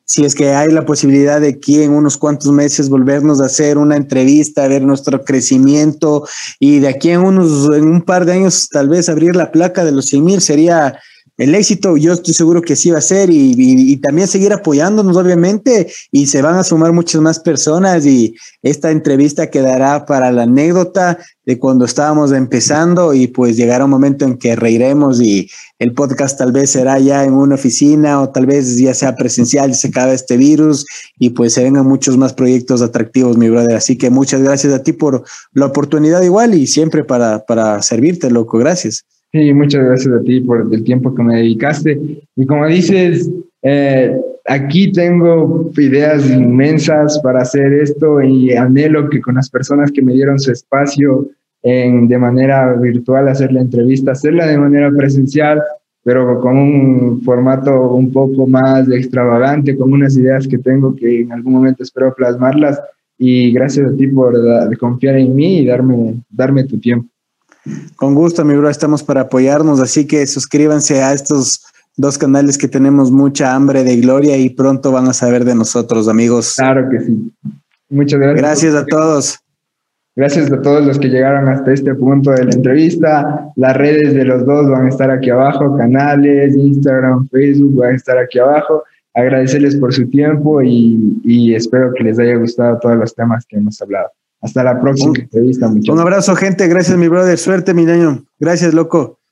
si es que hay la posibilidad de aquí en unos cuantos meses volvernos a hacer una entrevista, ver nuestro crecimiento y de aquí en un par de años tal vez abrir la placa de los 100,000 sería el éxito. Yo estoy seguro que sí va a ser y también seguir apoyándonos obviamente y se van a sumar muchas más personas y esta entrevista quedará para la anécdota de cuando estábamos empezando y pues llegará un momento en que reiremos y el podcast tal vez será ya en una oficina o tal vez ya sea presencial, ya se acabe este virus y pues se vengan muchos más proyectos atractivos, mi brother. Así que muchas gracias a ti por la oportunidad igual y siempre para servirte, loco. Gracias. Sí, muchas gracias a ti por el tiempo que me dedicaste. Y como dices, aquí tengo ideas inmensas para hacer esto y anhelo que con las personas que me dieron su espacio de manera virtual hacer la entrevista, hacerla de manera presencial, pero con un formato un poco más extravagante, con unas ideas que tengo que en algún momento espero plasmarlas. Y gracias a ti por confiar en mí y darme tu tiempo. Con gusto, mi bro, estamos para apoyarnos, así que suscríbanse a estos 2 canales que tenemos mucha hambre de gloria y pronto van a saber de nosotros, amigos. Claro que sí. Muchas gracias. Gracias a todos. Gracias a todos los que llegaron hasta este punto de la entrevista. Las redes de los dos van a estar aquí abajo, canales, Instagram, Facebook, van a estar aquí abajo. Agradecerles por su tiempo y espero que les haya gustado todos los temas que hemos hablado. Hasta la próxima entrevista, muchachos. Un abrazo, gente. Gracias, mi brother. Suerte, mi niño. Gracias, loco.